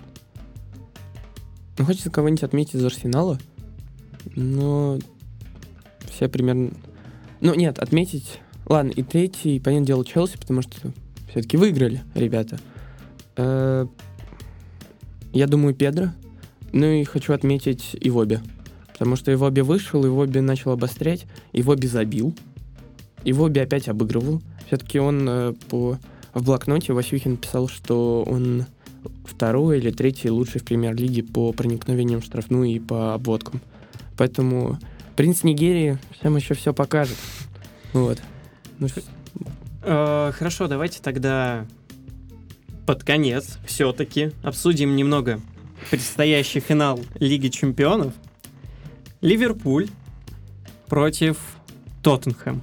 Хочется кого-нибудь отметить из Арсенала, но все примерно... Нет, отметить... Ладно, и третий, понятное дело, Челси, потому что все-таки выиграли, ребята. Я думаю, Педро. И хочу отметить Ивоби, потому что Ивоби вышел, Ивоби начал обострять, Ивоби забил, Ивоби опять обыгрывал. Все-таки он в блокноте Васюхин писал, что он... второй или третий лучший в премьер-лиге по проникновениям в штрафную и по обводкам. Поэтому принц Нигерии всем еще все покажет. Вот. Хорошо, давайте тогда под конец все-таки обсудим немного предстоящий финал Лиги Чемпионов. Ливерпуль против Тоттенхэм.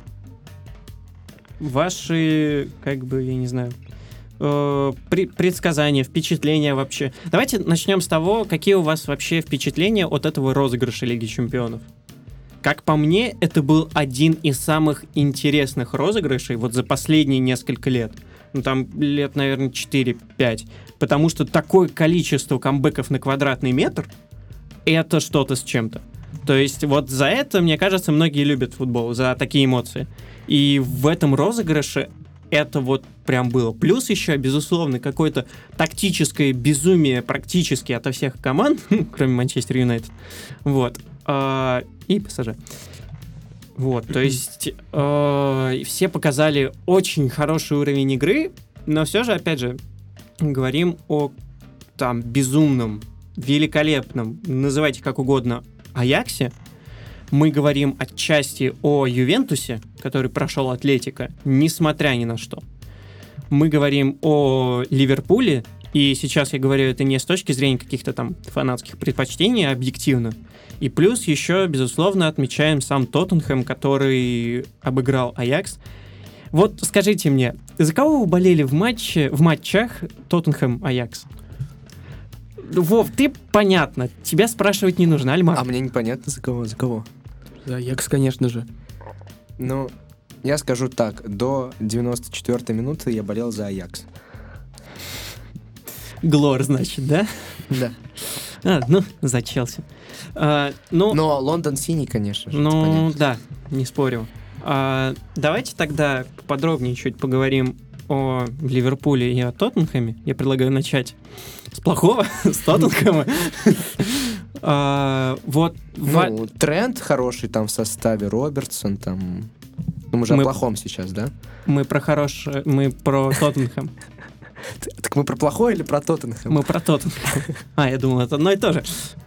Ваши, я не знаю, предсказания, впечатления вообще. Давайте начнем с того, какие у вас вообще впечатления от этого розыгрыша Лиги Чемпионов. Как по мне, это был один из самых интересных розыгрышей вот за последние несколько лет. Там лет, наверное, 4-5. Потому что такое количество камбэков на квадратный метр — это что-то с чем-то. То есть вот за это, мне кажется, многие любят футбол, за такие эмоции. И в этом розыгрыше это вот прям было. Плюс еще, безусловно, какое-то тактическое безумие практически ото всех команд, кроме Манчестер Юнайтед. Вот. И ПСЖ. Вот, то есть все показали очень хороший уровень игры, но все же, опять же, говорим о там безумном, великолепном, называйте как угодно, Аяксе. Мы говорим отчасти о Ювентусе, который прошел Атлетико, несмотря ни на что. Мы говорим о Ливерпуле, и сейчас я говорю это не с точки зрения каких-то там фанатских предпочтений, а объективно. И плюс еще, безусловно, отмечаем сам Тоттенхэм, который обыграл Аякс. Вот скажите мне, за кого вы болели в матчах Тоттенхэм-Аякс? Вов, ты понятно, тебя спрашивать не нужно, Альмар. А мне непонятно, за кого. За Аякс, конечно же. Я скажу так, до 94-й минуты я болел за Аякс. Глор, значит, да? Да. За Челси. Но Лондон синий, конечно же. Да, не спорю. Давайте тогда подробнее чуть поговорим о Ливерпуле и о Тоттенхэме. Я предлагаю начать с плохого, с Тоттенхэма. Трент хороший там в составе, Робертсон там... Мы уже о плохом сейчас, да? Мы про Тоттенхэм. Так мы про плохое или про Тоттенхэм? Мы про Тоттенхэм. Я думал, это одно и то же.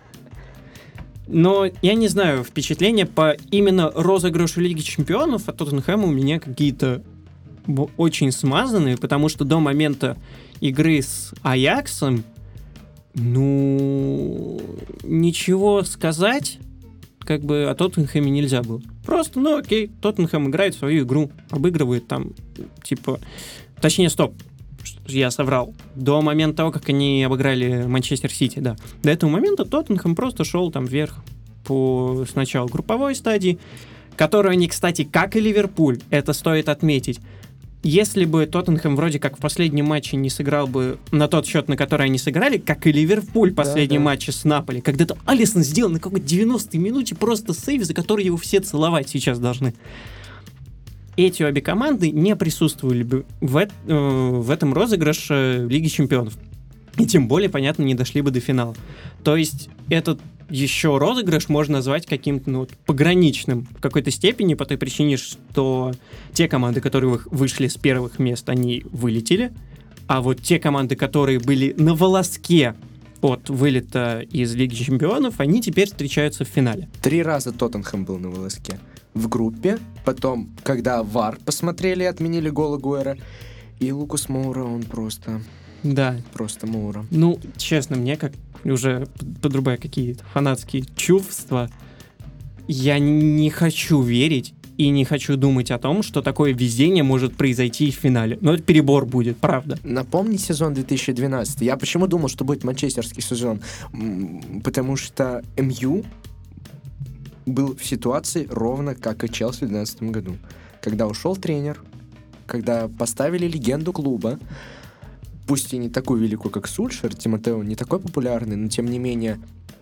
Но я не знаю, впечатления по именно розыгрышу Лиги Чемпионов от Тоттенхэма у меня какие-то очень смазанные, потому что до момента игры с Аяксом, ничего сказать, как бы о Тоттенхэме нельзя было. Просто, ну окей, Тоттенхэм играет свою игру, обыгрывает там, типа... Точнее, стоп, я соврал. До момента того, как они обыграли Манчестер Сити, да. До этого момента Тоттенхэм просто шел там вверх по сначала групповой стадии, которую они, кстати, как и Ливерпуль, это стоит отметить. Если бы Тоттенхэм вроде как в последнем матче не сыграл бы на тот счет, на который они сыграли, как и Ливерпуль в последнем матче с Наполи, когда-то Алисон сделал на какой-то 90-й минуте просто сейв, за который его все целовать сейчас должны. Эти обе команды не присутствовали бы в этом розыгрыше Лиги Чемпионов. И тем более, понятно, не дошли бы до финала. То есть этот еще розыгрыш можно назвать каким-то пограничным в какой-то степени, по той причине, что те команды, которые вышли с первых мест, они вылетели, а вот те команды, которые были на волоске от вылета из Лиги Чемпионов, они теперь встречаются в финале. 3 раза Тоттенхэм был на волоске. В группе, потом, когда ВАР посмотрели, отменили гол Агуэро, и Лукас Моура, он просто Моура. Ну, честно, мне как уже подрубая какие-то фанатские чувства, я не хочу верить и не хочу думать о том, что такое везение может произойти в финале. Но это перебор будет, правда. Напомни сезон 2012. Я почему думал, что будет манчестерский сезон? Потому что МЮ был в ситуации ровно как и Челси в 2012 году. Когда ушел тренер, когда поставили легенду клуба, пусть и не такую великую, как Сульшер, Тимотео не такой популярный, но тем не менее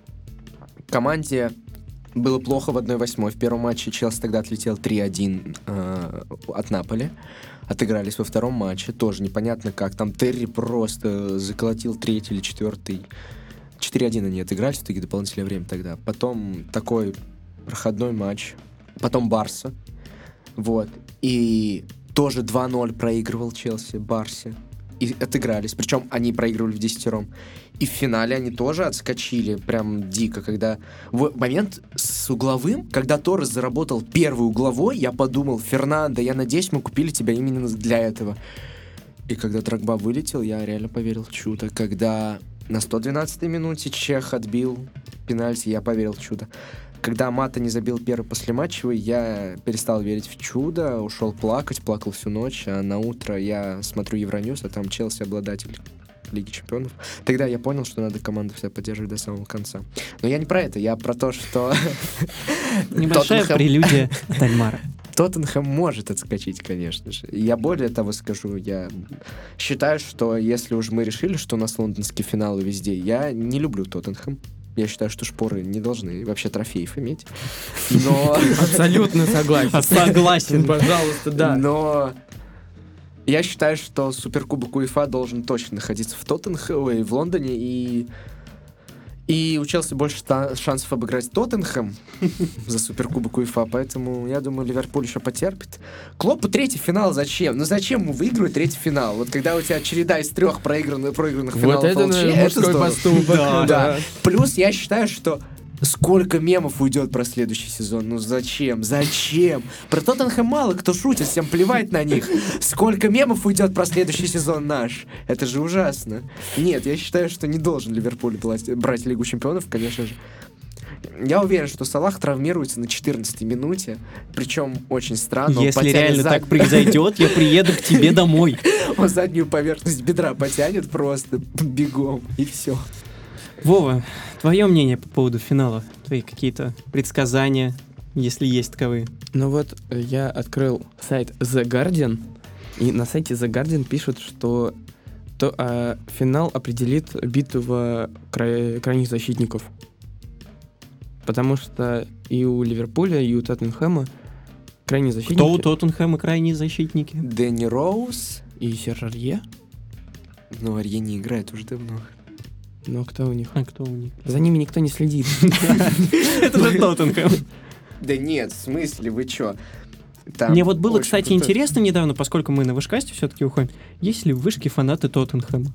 команде было плохо в 1/8. В первом матче Челси тогда отлетел 3-1 от Наполи. Отыгрались во втором матче. Тоже непонятно как. Там Терри просто заколотил 3-й или 4-й. 4-1 они отыгрались, в итоге дополнительное время тогда. Потом такой проходной матч. Потом Барса. Вот. И тоже 2-0 проигрывал Челси Барсе. И отыгрались. Причем они проигрывали в 10-ром. И в финале они тоже отскочили прям дико, когда... В момент с угловым, когда Торрес заработал первый угловой, я подумал: Фернандо, я надеюсь, мы купили тебя именно для этого. И когда Дрогба вылетел, я реально поверил в чудо. Когда на 112-й минуте Чех отбил пенальти, я поверил в чудо. Когда Мата не забил первый послематчевый, я перестал верить в чудо, ушел плакать, плакал всю ночь, а на утро я смотрю Евроньюз, а там Челси обладатель Лиги Чемпионов. Тогда я понял, что надо команду вся поддерживать до самого конца. Но я не про это, я про то, что... Небольшая прелюдия от Альмара. Тоттенхэм может отскочить, конечно же. Я более того скажу, я считаю, что если уж мы решили, что у нас лондонские финалы везде, я не люблю Тоттенхэм. Я считаю, что шпоры не должны вообще трофеев иметь. Но... Абсолютно согласен. Согласен. Пожалуйста, да. Но я считаю, что Суперкубок УЕФА должен точно находиться в Тоттенхэме, в Лондоне, и у Челси больше шансов обыграть Тоттенхэм за Суперкубок УЕФА, поэтому я думаю, Ливерпуль еще потерпит. Клоппу третий финал зачем? Ну зачем ему выигрывать третий финал? Вот когда у тебя череда из 3 проигранных финалов вот это, наверное, мужской поступок. Да. Плюс я считаю, что сколько мемов уйдет про следующий сезон? Ну зачем? Зачем? Про Тоттенхэм мало кто шутит, всем плевать на них. Сколько мемов уйдет про следующий сезон наш? Это же ужасно. Нет, я считаю, что не должен Ливерпуль брать Лигу Чемпионов, конечно же. Я уверен, что Салах травмируется на 14-й минуте, причем очень странно. Если реально так произойдет, я приеду к тебе домой. Он заднюю поверхность бедра потянет просто бегом, и все. Вова, твое мнение по поводу финала? Твои какие-то предсказания, если есть таковые? Ну вот, я открыл сайт The Guardian, и на сайте The Guardian пишут, что финал определит битва крайних защитников. Потому что и у Ливерпуля, и у Тоттенхэма крайние защитники... Кто у Тоттенхэма крайние защитники? Дэнни Роуз и Серж Арье. Но Арье не играет уже давно. Ну, а кто у них? А кто у них? За ними никто не следит. Это же Тоттенхэм. Да нет, в смысле, вы чё? Мне вот было, кстати, интересно недавно, поскольку мы на вышкасте все-таки уходим, есть ли в вышке фанаты Тоттенхэма?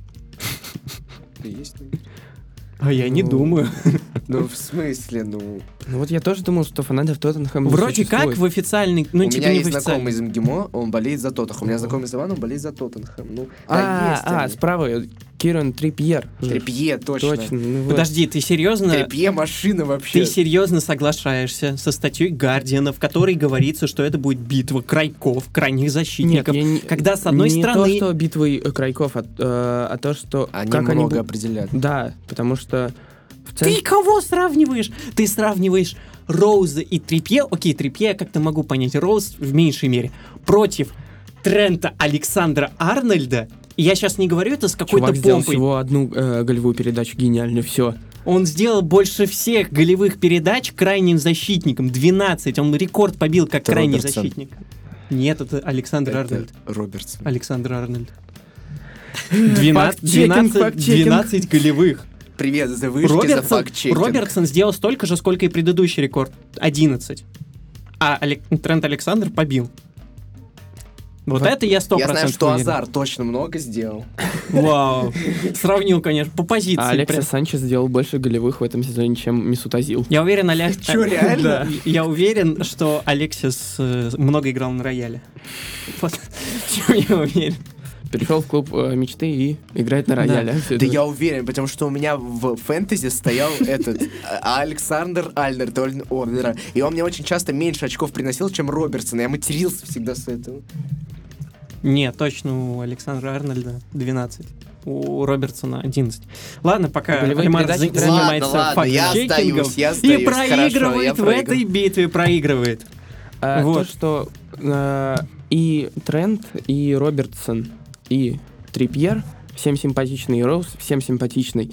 Есть. А я не думаю. Ну, в смысле, ну... Ну вот я тоже думал, что фанатов Тоттенхэма не Вроде как в официальный... Ну, типа не в У меня есть знакомый официальный. из МГИМО, он болеет за Тоттенхэм. У меня знакомый из Ивана, он болеет за Тоттенхэм. Ну, справа Киран Трипьер. Трипье, точно. Точно. Подожди, ты серьезно... Трипье машина вообще. Ты серьезно соглашаешься со статьей Гардиана, в которой говорится, что это будет битва крайков, крайних защитников, когда с одной стороны... Не то, что битвой крайков, а то, что... Они как много они... определяют. Да, потому что... Ты кого сравниваешь? Ты сравниваешь Роуза и Трипье, окей, Трипье я как-то могу понять, Роуз в меньшей мере, против Трента Александра Арнольда. И я сейчас не говорю это с какой-то Чувак сделал помпой. всего одну голевую передачу, гениально, все. Он сделал больше всех голевых передач крайним защитникам. 12. Он рекорд побил как Это крайний Робертсон. защитник. Нет, это Александр Арнольд. Робертсон. Александр Арнольд. 12 голевых. Привет за вышки, за факт-чекинг. Робертсон сделал столько же, сколько и предыдущий рекорд. 11. А Трент Александр побил. Вот это я 100% Я знаю, что уверен. Азар точно много сделал. Вау. Сравнил, конечно, по позиции. А Алексис прям. Санчес сделал больше голевых в этом сезоне, чем Месут Озил. Я уверен, Чё, реально? Да. Я уверен, что Алексис много играл на рояле. Вот. В чём я уверен. Перешел в клуб мечты и играет на рояле. Да я уверен, потому что у меня в фэнтези стоял этот Александр Альнер, и он мне очень часто меньше очков приносил, чем Робертсон. Я матерился всегда с этого. Нет, точно у Александра Арнольда 12. У Робертсона 11. Ладно, пока Голевые Альмар передачи занимается Ладно, я факт-чекингом сдаюсь, и хорошо, я проигрывает в проиграю. этой битве, проигрывает. То, Вот. что и Трент, и Робертсон, и Трипьер, всем симпатичный, и Роуз, всем симпатичный,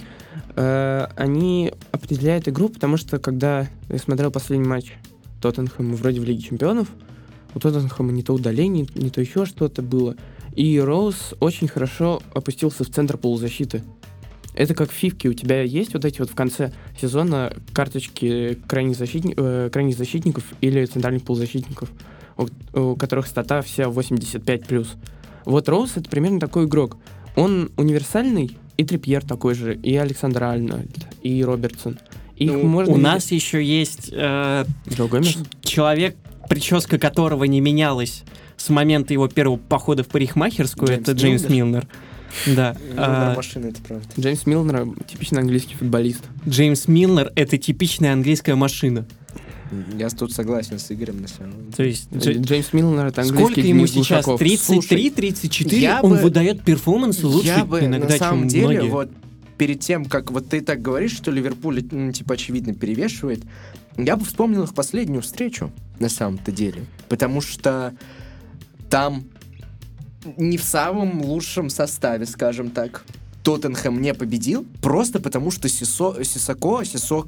они определяют игру, потому что, когда я смотрел последний матч Тоттенхэма вроде в Лиге Чемпионов, у Тоттенхэма не то удаление, не то еще что-то было, и Роуз очень хорошо опустился в центр полузащиты. Это как в фифке, у тебя есть вот эти вот в конце сезона карточки крайних защитников или центральных полузащитников, у которых стата вся 85+. Вот Роуз — это примерно такой игрок. Он универсальный, и Трипьер такой же, и Александр Арнольд, и Робертсон. Их можно... У нас еще есть Джо Гомес? человек, прическа которого не менялась с момента его первого похода в парикмахерскую, Джеймс это Джеймс Милнер. Да. Машина, это правда. Джеймс Милнер — типичный английский футболист. Джеймс Милнер — это типичная английская машина. Я тут согласен с Игорем на самом деле. То есть... Джеймс Милнер — это английский Сколько ему Денис сейчас? Глушаков. 33-34? я Он бы- выдает перформансы лучше Я бы иногда, на самом чем деле, многие. вот перед тем, как вот ты так говоришь, что Ливерпуль, типа, очевидно перевешивает, я бы вспомнил их последнюю встречу, на самом-то деле. Потому что там не в самом лучшем составе, скажем так, Тоттенхэм не победил, просто потому что Сисока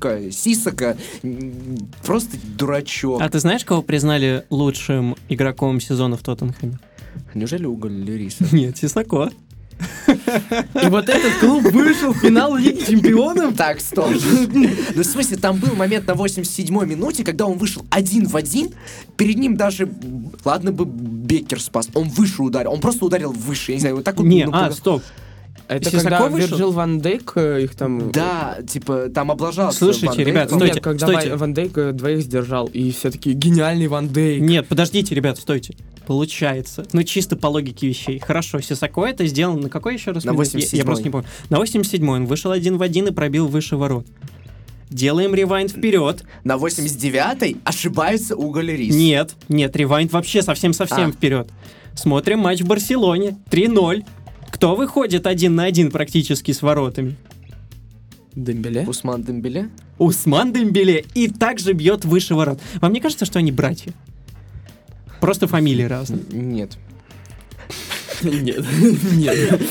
просто дурачок. А ты знаешь, кого признали лучшим игроком сезона в Тоттенхэме? Неужели Уголь Льюриса? Нет, Сисако. И вот этот клуб вышел в финал Лиги Чемпионов? Так, стоп. Ну, в смысле, там был момент на 87-й минуте, когда он вышел 1 в 1, перед ним даже, ладно бы Беккер спас, он выше ударил, он просто ударил выше, я не знаю, вот так вот. Не, ну, стоп. Это Сисако когда вышел? Вирджил Ван Дейк их там... Да, типа, там облажался. Слушайте, Ван Дейк. ребят, Нет, стойте, когда стойте. Ван Дейк двоих сдержал, и все таки гениальный Ван Дейк. Нет, подождите, ребят, стойте. Получается. Ну, чисто по логике вещей. Хорошо, Сисако это сделал на какой еще раз? На минуте? 87-й. Я просто не помню. На 87-й он вышел 1 в 1 и пробил выше ворот. Делаем ревайнд вперед. На 89-й ошибается Уголь Льюрис. Нет, ревайнд вообще совсем-совсем вперед. Смотрим матч в Барселоне. 3-0. Кто выходит 1 на 1 практически с воротами? Дембеле? Усман Дембеле? Усман Дембеле. И также бьет выше ворот. Вам не кажется, что они братья? Просто фамилии разные. Нет. Нет. Нет.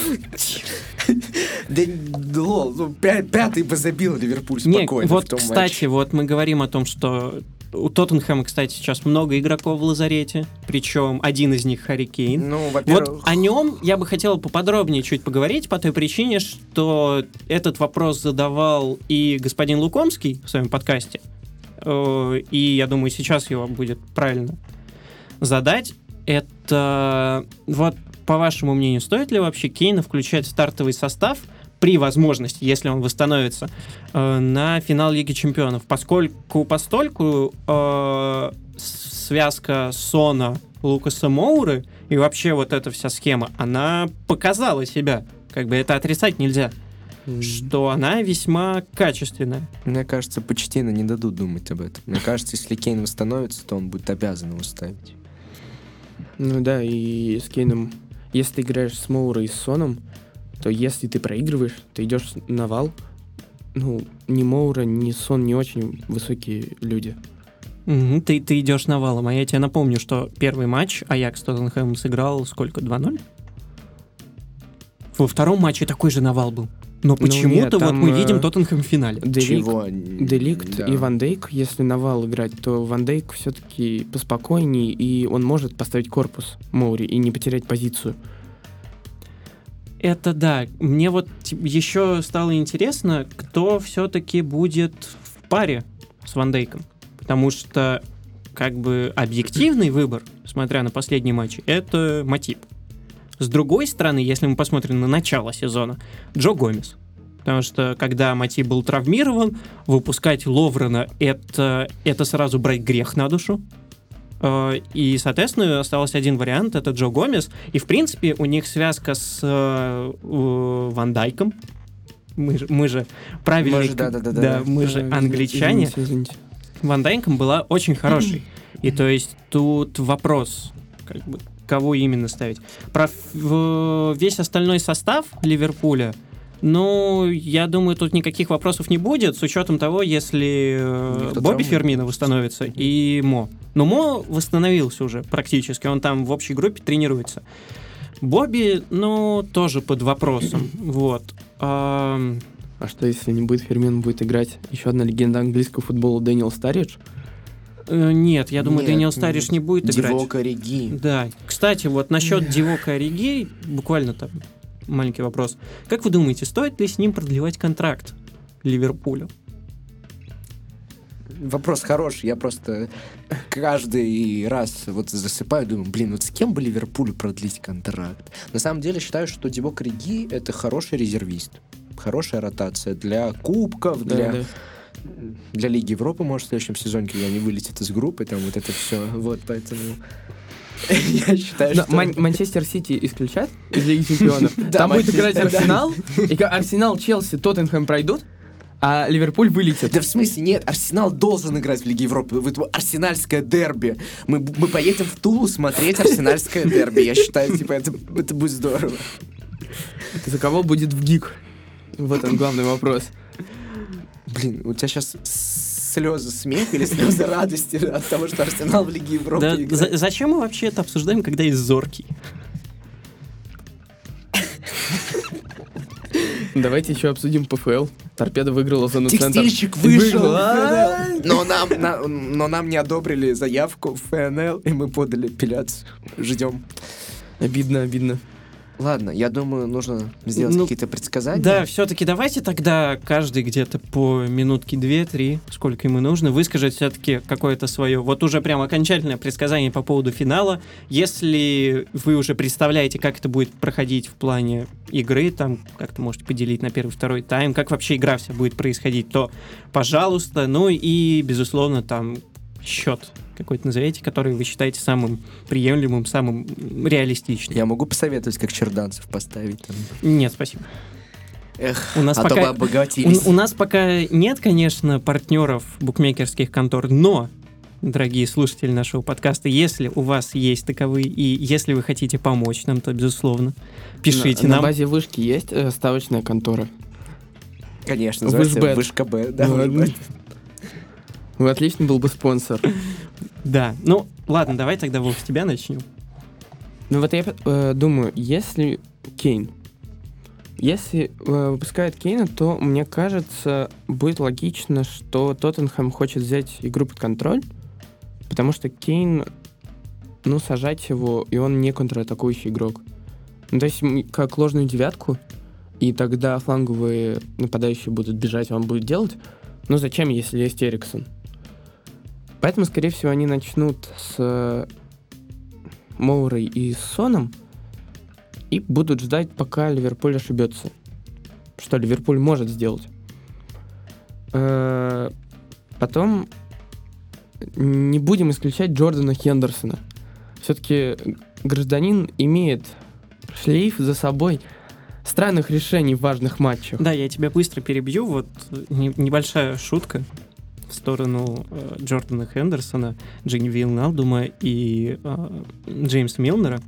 Да, лол, ну, пятый бы забил Ливерпуль Не, спокойно вот, в том кстати, матче. вот мы говорим о том, что у Тоттенхэма, кстати, сейчас много игроков в лазарете, причем один из них Харри Кейн. Ну, во-первых... Вот о нем я бы хотел поподробнее чуть поговорить, по той причине, что этот вопрос задавал и господин Лукомский в своем подкасте, и я думаю, сейчас его будет правильно задать. Это вот, по вашему мнению, стоит ли вообще Кейна включать в стартовый состав при возможности, если он восстановится, на финал Лиги Чемпионов, постольку связка Сона, Лукаса Моуры и вообще вот эта вся схема, она показала себя Как бы это отрицать нельзя, что она весьма качественная. Мне кажется, Почеттино не дадут думать об этом. Мне кажется, если Кейн восстановится, то он будет обязан его ставить. Ну да, и с Кейном, если ты играешь с Моурой и с Соном, то если ты проигрываешь, ты идешь на вал. Ну, ни Моура, ни Сон не очень высокие люди. Ты идешь навалом, а я тебе напомню, что первый матч Аякс с Тоттенхэмом сыграл сколько, 2-0? Во втором матче такой же навал был. Но почему-то нет, вот там, мы видим Тоттенхэм в финале. Деликт Да. и Ван Дейк, если на вал играть, то Ван Дейк все-таки поспокойнее, и он может поставить корпус Моури и не потерять позицию. Это да. Мне вот еще стало интересно, кто все-таки будет в паре с Ван Дейком. Потому что, как бы, объективный выбор, смотря на последний матч, это Матип. С другой стороны, если мы посмотрим на начало сезона, Джо Гомес. Потому что, когда Матип был травмирован, выпускать Ловрена — это сразу брать грех на душу. И, соответственно, остался один вариант — это Джо Гомес. И, в принципе, у них связка с Ван Дайком. Мы же правильные... Да. Мы же англичане. Извините. Ван Дайком была очень хорошей. И то есть тут вопрос, как бы, кого именно ставить. Про весь остальной состав Ливерпуля, ну, я думаю, тут никаких вопросов не будет, с учетом того, если Бобби Фермино восстановится и Мо. Но Мо восстановился уже практически, он там в общей группе тренируется. Бобби, ну, тоже под вопросом. Вот. А что, если не будет Фермин, будет играть еще одна легенда английского футбола Дэниел Старридж? Нет, я думаю, Нет, Дэниел Старридж не будет играть. Дивока Ориги. Да. Кстати, вот насчет Дивока Ориги, буквально там маленький вопрос. Как вы думаете, стоит ли с ним продлевать контракт Ливерпулю? Вопрос хороший. Я просто каждый раз вот засыпаю, думаю, блин, вот с кем бы Ливерпулю продлить контракт? На самом деле считаю, что Дивок Ориги — это хороший резервист. Хорошая ротация для кубков, для Лиги Европы, может, в следующем сезоне, когда они вылетят из группы, там вот это все. Вот, поэтому я считаю, что... Манчестер Сити исключат из Лиги Чемпионов. Там будет играть Арсенал, и Арсенал, Челси, Тоттенхэм пройдут, а Ливерпуль вылетит. Да в смысле нет, Арсенал должен играть в Лиге Европы. Это арсенальское дерби. Мы поедем в Тулу смотреть арсенальское дерби. Я считаю, типа, это будет здорово. За кого будет в ГИК? Вот он главный вопрос. Блин, у тебя сейчас слезы смеха или слезы радости от того, что Арсенал в Лиге Европы Да, играет? зачем мы вообще это обсуждаем, когда есть Зоркий? Давайте еще обсудим ПФЛ. Торпеда выиграла зону центр. Текстильщик вышел в ФНЛ, но нам не одобрили заявку в ФНЛ, и мы подали апелляцию. Ждем. Обидно. Ладно, я думаю, нужно сделать какие-то предсказания. Да, все-таки давайте тогда каждый где-то по минутке 2-3, сколько ему нужно, выскажет все-таки какое-то свое, вот уже прям окончательное предсказание по поводу финала. Если вы уже представляете, как это будет проходить в плане игры, там как-то можете поделить на первый, второй тайм, как вообще игра вся будет происходить, то пожалуйста. Ну и, безусловно, там счет какой-то назовите, который вы считаете самым приемлемым, самым реалистичным. Я могу посоветовать, как Черданцев поставить там. Нет, спасибо. Эх, у нас а пока, то бы обогатились. У нас пока нет, конечно, партнеров букмекерских контор, но, дорогие слушатели нашего подкаста, если у вас есть таковые, и если вы хотите помочь нам, то, безусловно, пишите нам. На базе вышки есть ставочная контора? Конечно, называется Вышбет. Вышка Б. Да, Вышбет. Отлично был бы спонсор. Да, ну ладно, давай тогда, Вов, с тебя начнем. Ну вот я думаю, если Кейн, если выпускает Кейна, то, мне кажется, будет логично, что Тоттенхэм хочет взять игру под контроль, потому что Кейн, ну, сажать его, и он не контратакующий игрок. Ну, то есть, как ложную девятку, и тогда фланговые нападающие будут бежать, он будет делать. Ну, зачем, если есть Эриксон? Поэтому, скорее всего, они начнут с Моурой и с Соном и будут ждать, пока Ливерпуль ошибется. Что Ливерпуль может сделать. Потом не будем исключать Джордана Хендерсона. Все-таки гражданин имеет шлейф за собой странных решений в важных матчах. Да, я тебя быстро перебью. Вот небольшая шутка в сторону Джордана Хендерсона, Джинни Вейналдума и Джеймса Милнера.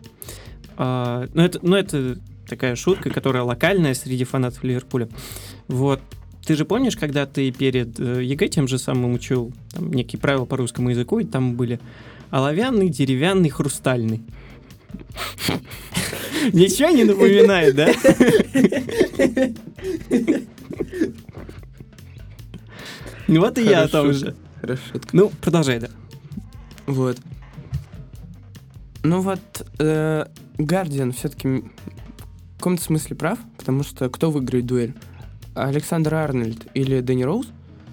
Это такая шутка, которая локальная среди фанатов Ливерпуля. Вот. Ты же помнишь, когда ты перед ЕГЭ тем же самым учил там, некие правила по русскому языку, и там были оловянный, деревянный, хрустальный. Ничего не напоминает, да? Ну вот и я там же. Хорошая шутка. Ну, продолжай, да. Вот. Ну вот, Гардиан все-таки в каком-то смысле прав, потому что кто выиграет дуэль? Александр Арнольд или Дэнни Роуз?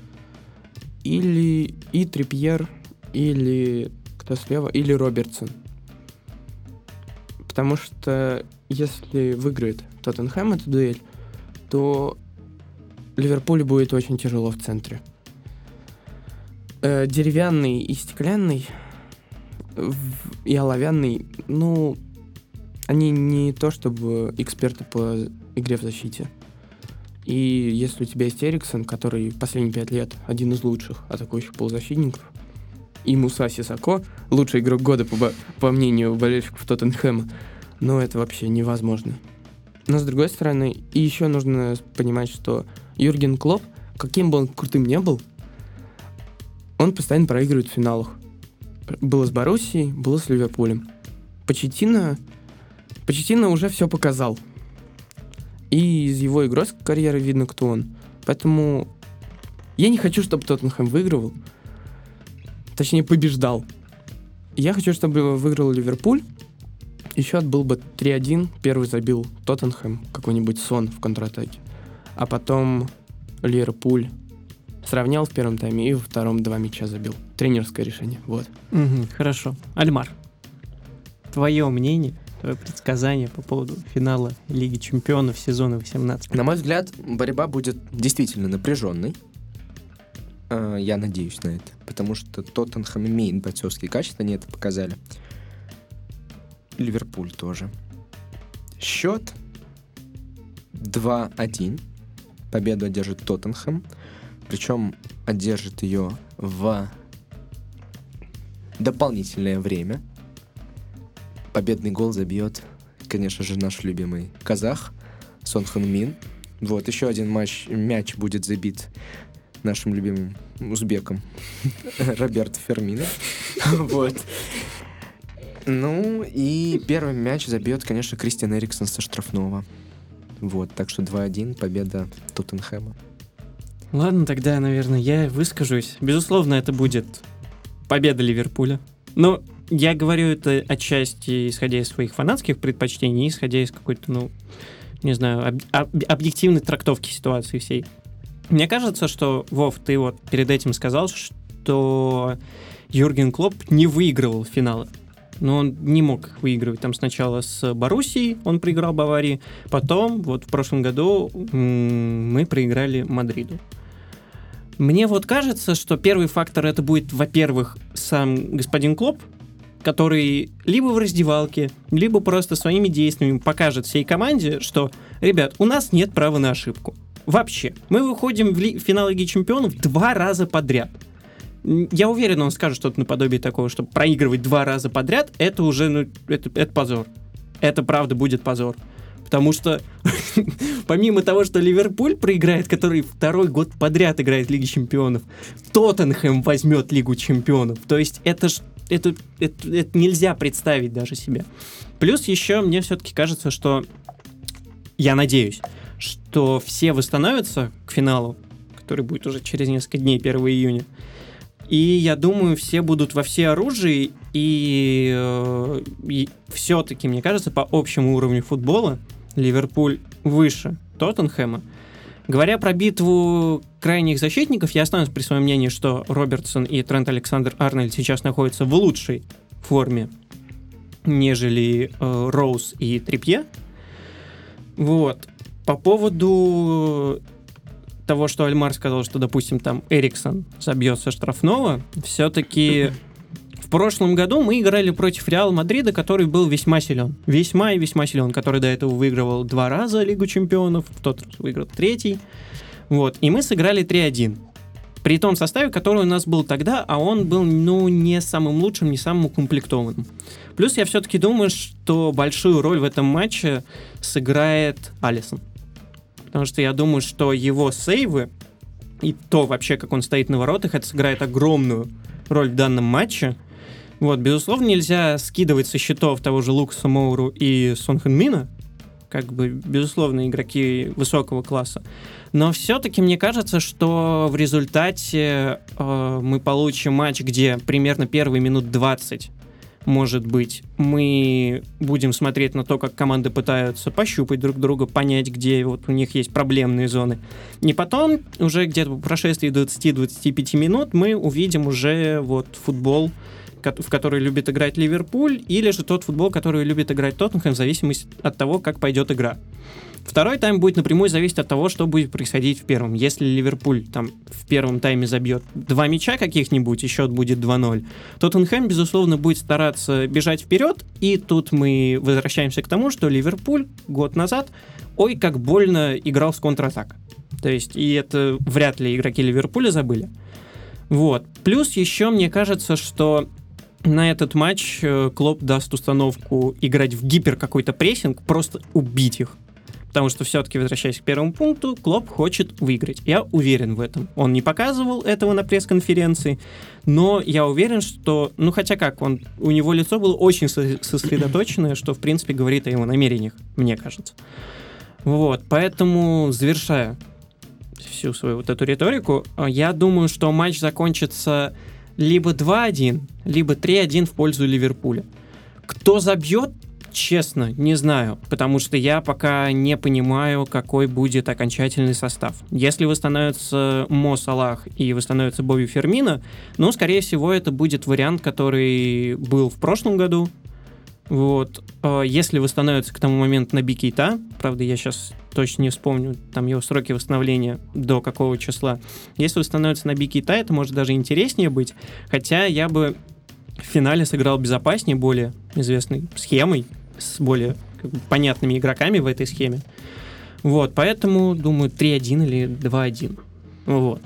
Или и Трипьер, или кто слева, или Робертсон? Потому что если выиграет Тоттенхэм эту дуэль, то Ливерпулю будет очень тяжело в центре. Деревянный и стеклянный и оловянный, ну, они не то чтобы эксперты по игре в защите. И если у тебя есть Эриксон, который последние 5 лет один из лучших атакующих полузащитников, и Муса Сисако, лучший игрок года, по мнению болельщиков Тоттенхэма, ну, это вообще невозможно. Но, с другой стороны, и еще нужно понимать, что Юрген Клопп, каким бы он крутым ни был, он постоянно проигрывает в финалах. Было с Боруссией, было с Ливерпулем. Почеттино уже все показал. И из его игрокской карьеры видно, кто он. Поэтому я не хочу, чтобы Тоттенхэм выигрывал. Точнее, побеждал. Я хочу, чтобы выиграл Ливерпуль. И счет был бы 3-1. Первый забил Тоттенхэм, какой-нибудь Сон в контратаке. А потом Ливерпуль сравнял в первом тайме и во втором 2 мяча забил. Тренерское решение. Вот. Хорошо. Альмар, твое мнение, твое предсказание по поводу финала Лиги Чемпионов сезона 18? На мой взгляд, борьба будет действительно напряженной. Я надеюсь на это. Потому что Тоттенхэм имеет бойцовские качества, они это показали. Ливерпуль тоже. Счет 2-1. Победу одержит Тоттенхэм. Причем одержит ее в дополнительное время. Победный гол забьет, конечно же, наш любимый казах Сон Хэн Мин. Вот, еще один мяч будет забит нашим любимым узбеком Роберто Фермино. Вот. Ну, и первый мяч забьет, конечно, Кристиан Эриксон со штрафного. Вот, так что 2-1, победа Тоттенхэма. Ладно, тогда, наверное, я выскажусь. Безусловно, это будет победа Ливерпуля. Но я говорю это отчасти исходя из своих фанатских предпочтений, исходя из какой-то, ну, не знаю, объективной трактовки ситуации всей. Мне кажется, что, Вов, ты вот перед этим сказал, что Юрген Клопп не выигрывал финалы. Но он не мог их выигрывать. Там сначала с Боруссией он проиграл Баварии, потом, вот в прошлом году, мы проиграли Мадриду. Мне вот кажется, что первый фактор это будет, во-первых, сам господин Клопп, который либо в раздевалке, либо просто своими действиями покажет всей команде, что, ребят, у нас нет права на ошибку. Вообще. Мы выходим в финал Лиги Чемпионов 2 раза подряд. Я уверен, он скажет что-то наподобие такого, что проигрывать 2 раза подряд, это уже, ну, это позор. Это правда будет позор. Потому что помимо того, что Ливерпуль проиграет, который 2-й год подряд играет в Лиге Чемпионов, Тоттенхэм возьмет Лигу Чемпионов. То есть это нельзя представить даже себе. Плюс еще мне все-таки кажется, что я надеюсь, что все восстановятся к финалу, который будет уже через несколько дней, 1 июня. И я думаю, все будут во всеоружии, и все-таки, мне кажется, по общему уровню футбола Ливерпуль выше Тоттенхэма. Говоря про битву крайних защитников, я останусь при своем мнении, что Робертсон и Трент Александр-Арнольд сейчас находятся в лучшей форме, нежели Роуз и Трипье. Вот. По поводу того, что Альмар сказал, что, допустим, там Эриксон забьет со штрафного, все-таки в В прошлом году мы играли против Реал Мадрида, который был весьма силен. Весьма и весьма силен, который до этого выигрывал 2 раза Лигу Чемпионов, тот выиграл 3-й. Вот. И мы сыграли 3-1. При том составе, который у нас был тогда, а он был, не самым лучшим, не самым укомплектованным. Плюс я все-таки думаю, что большую роль в этом матче сыграет Алисон. Потому что я думаю, что его сейвы и то вообще, как он стоит на воротах, это сыграет огромную роль в данном матче. Вот, безусловно, нельзя скидывать со счетов того же Лукаса Моуру и Сон Хэн Мина, как бы, безусловно, игроки высокого класса. Но все-таки мне кажется, что в результате мы получим матч, где примерно первые минут 20, может быть, мы будем смотреть на то, как команды пытаются пощупать друг друга, понять, где вот у них есть проблемные зоны. И потом, уже где-то по прошествии 20-25 минут, мы увидим уже вот футбол, в который любит играть Ливерпуль, или же тот футбол, который любит играть Тоттенхэм, в зависимости от того, как пойдет игра. Второй тайм будет напрямую зависеть от того, что будет происходить в первом. Если Ливерпуль там в первом тайме забьет 2 мяча каких-нибудь, и счет будет 2-0, Тоттенхэм, безусловно, будет стараться бежать вперед, и тут мы возвращаемся к тому, что Ливерпуль год назад, как больно играл с контратакой. То есть, и это вряд ли игроки Ливерпуля забыли. Вот. Плюс еще мне кажется, что на этот матч Клопп даст установку играть в гипер какой-то прессинг, просто убить их. Потому что все-таки, возвращаясь к первому пункту, Клопп хочет выиграть. Я уверен в этом. Он не показывал этого на пресс-конференции, но я уверен, что... хотя как, у него лицо было очень сосредоточенное, что, в принципе, говорит о его намерениях, мне кажется. Вот, поэтому, завершая всю свою вот эту риторику, я думаю, что матч закончится либо 2-1, либо 3-1 в пользу Ливерпуля. Кто забьет, честно, не знаю, потому что я пока не понимаю, какой будет окончательный состав. Если восстановится Мо Салах и восстановится Бобби Фермино, скорее всего, это будет вариант, который был в прошлом году. Вот. Если восстановится к тому моменту Наби Кейта, правда, я сейчас точно не вспомню там его сроки восстановления до какого числа. Если восстановится Наби Кейта, это может даже интереснее быть, хотя я бы в финале сыграл безопаснее, более известной схемой, с более понятными игроками в этой схеме. Вот, поэтому, думаю, 3-1 или 2-1. Вот.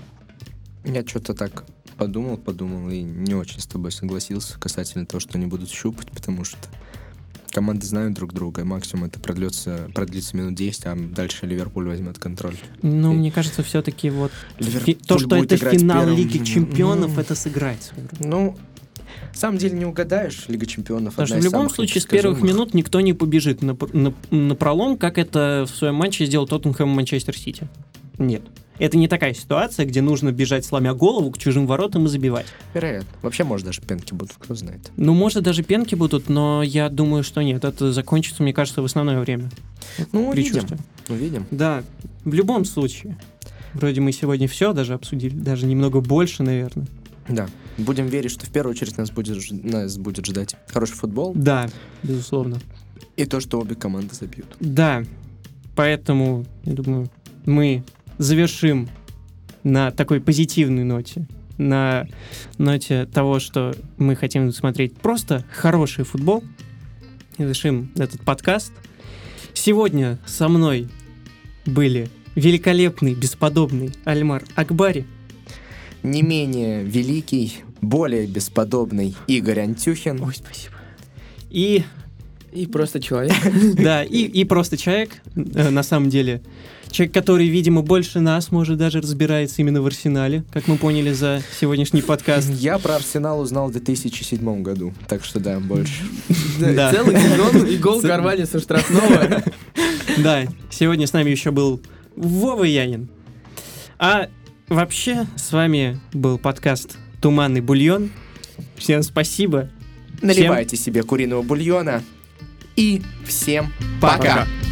Я что-то так подумал и не очень с тобой согласился касательно того, что они будут щупать, потому что команды знают друг друга, и максимум это продлится минут 10, а дальше Ливерпуль возьмет контроль. Мне кажется, все-таки вот то, что это финал Лиги Чемпионов, это сыграть. На самом деле не угадаешь, Лига Чемпионов. Потому что в любом случае с первых минут никто не побежит на пролом, как это в своем матче сделал Тоттенхэм и Манчестер Сити. Нет. Это не такая ситуация, где нужно бежать, сломя голову, к чужим воротам и забивать. Вероятно. Вообще, может, даже пенки будут, кто знает. Может, даже пенки будут, но я думаю, что нет. Это закончится, мне кажется, в основное время. Увидим. Да, в любом случае. Вроде мы сегодня все даже обсудили, даже немного больше, наверное. Да. Будем верить, что в первую очередь нас будет ждать хороший футбол. Да, безусловно. И то, что обе команды забьют. Да. Поэтому, я думаю, мы завершим на такой позитивной ноте, на ноте того, что мы хотим смотреть просто хороший футбол. Завершим этот подкаст. Сегодня со мной были великолепный, бесподобный Альмар Акбари, не менее великий, более бесподобный Игорь Антюхин. Ой, спасибо. И просто человек. Да, и просто человек, на самом деле. Человек, который, видимо, больше нас, может, даже разбирается именно в Арсенале, как мы поняли за сегодняшний подкаст. Я про Арсенал узнал в 2007 году, так что да, больше. Целый сезон и гол Карвали со штрафного. Да, сегодня с нами еще был Вова Янин. А вообще, с вами был подкаст «Туманный бульон». Всем спасибо. Наливайте себе куриного бульона. И всем пока.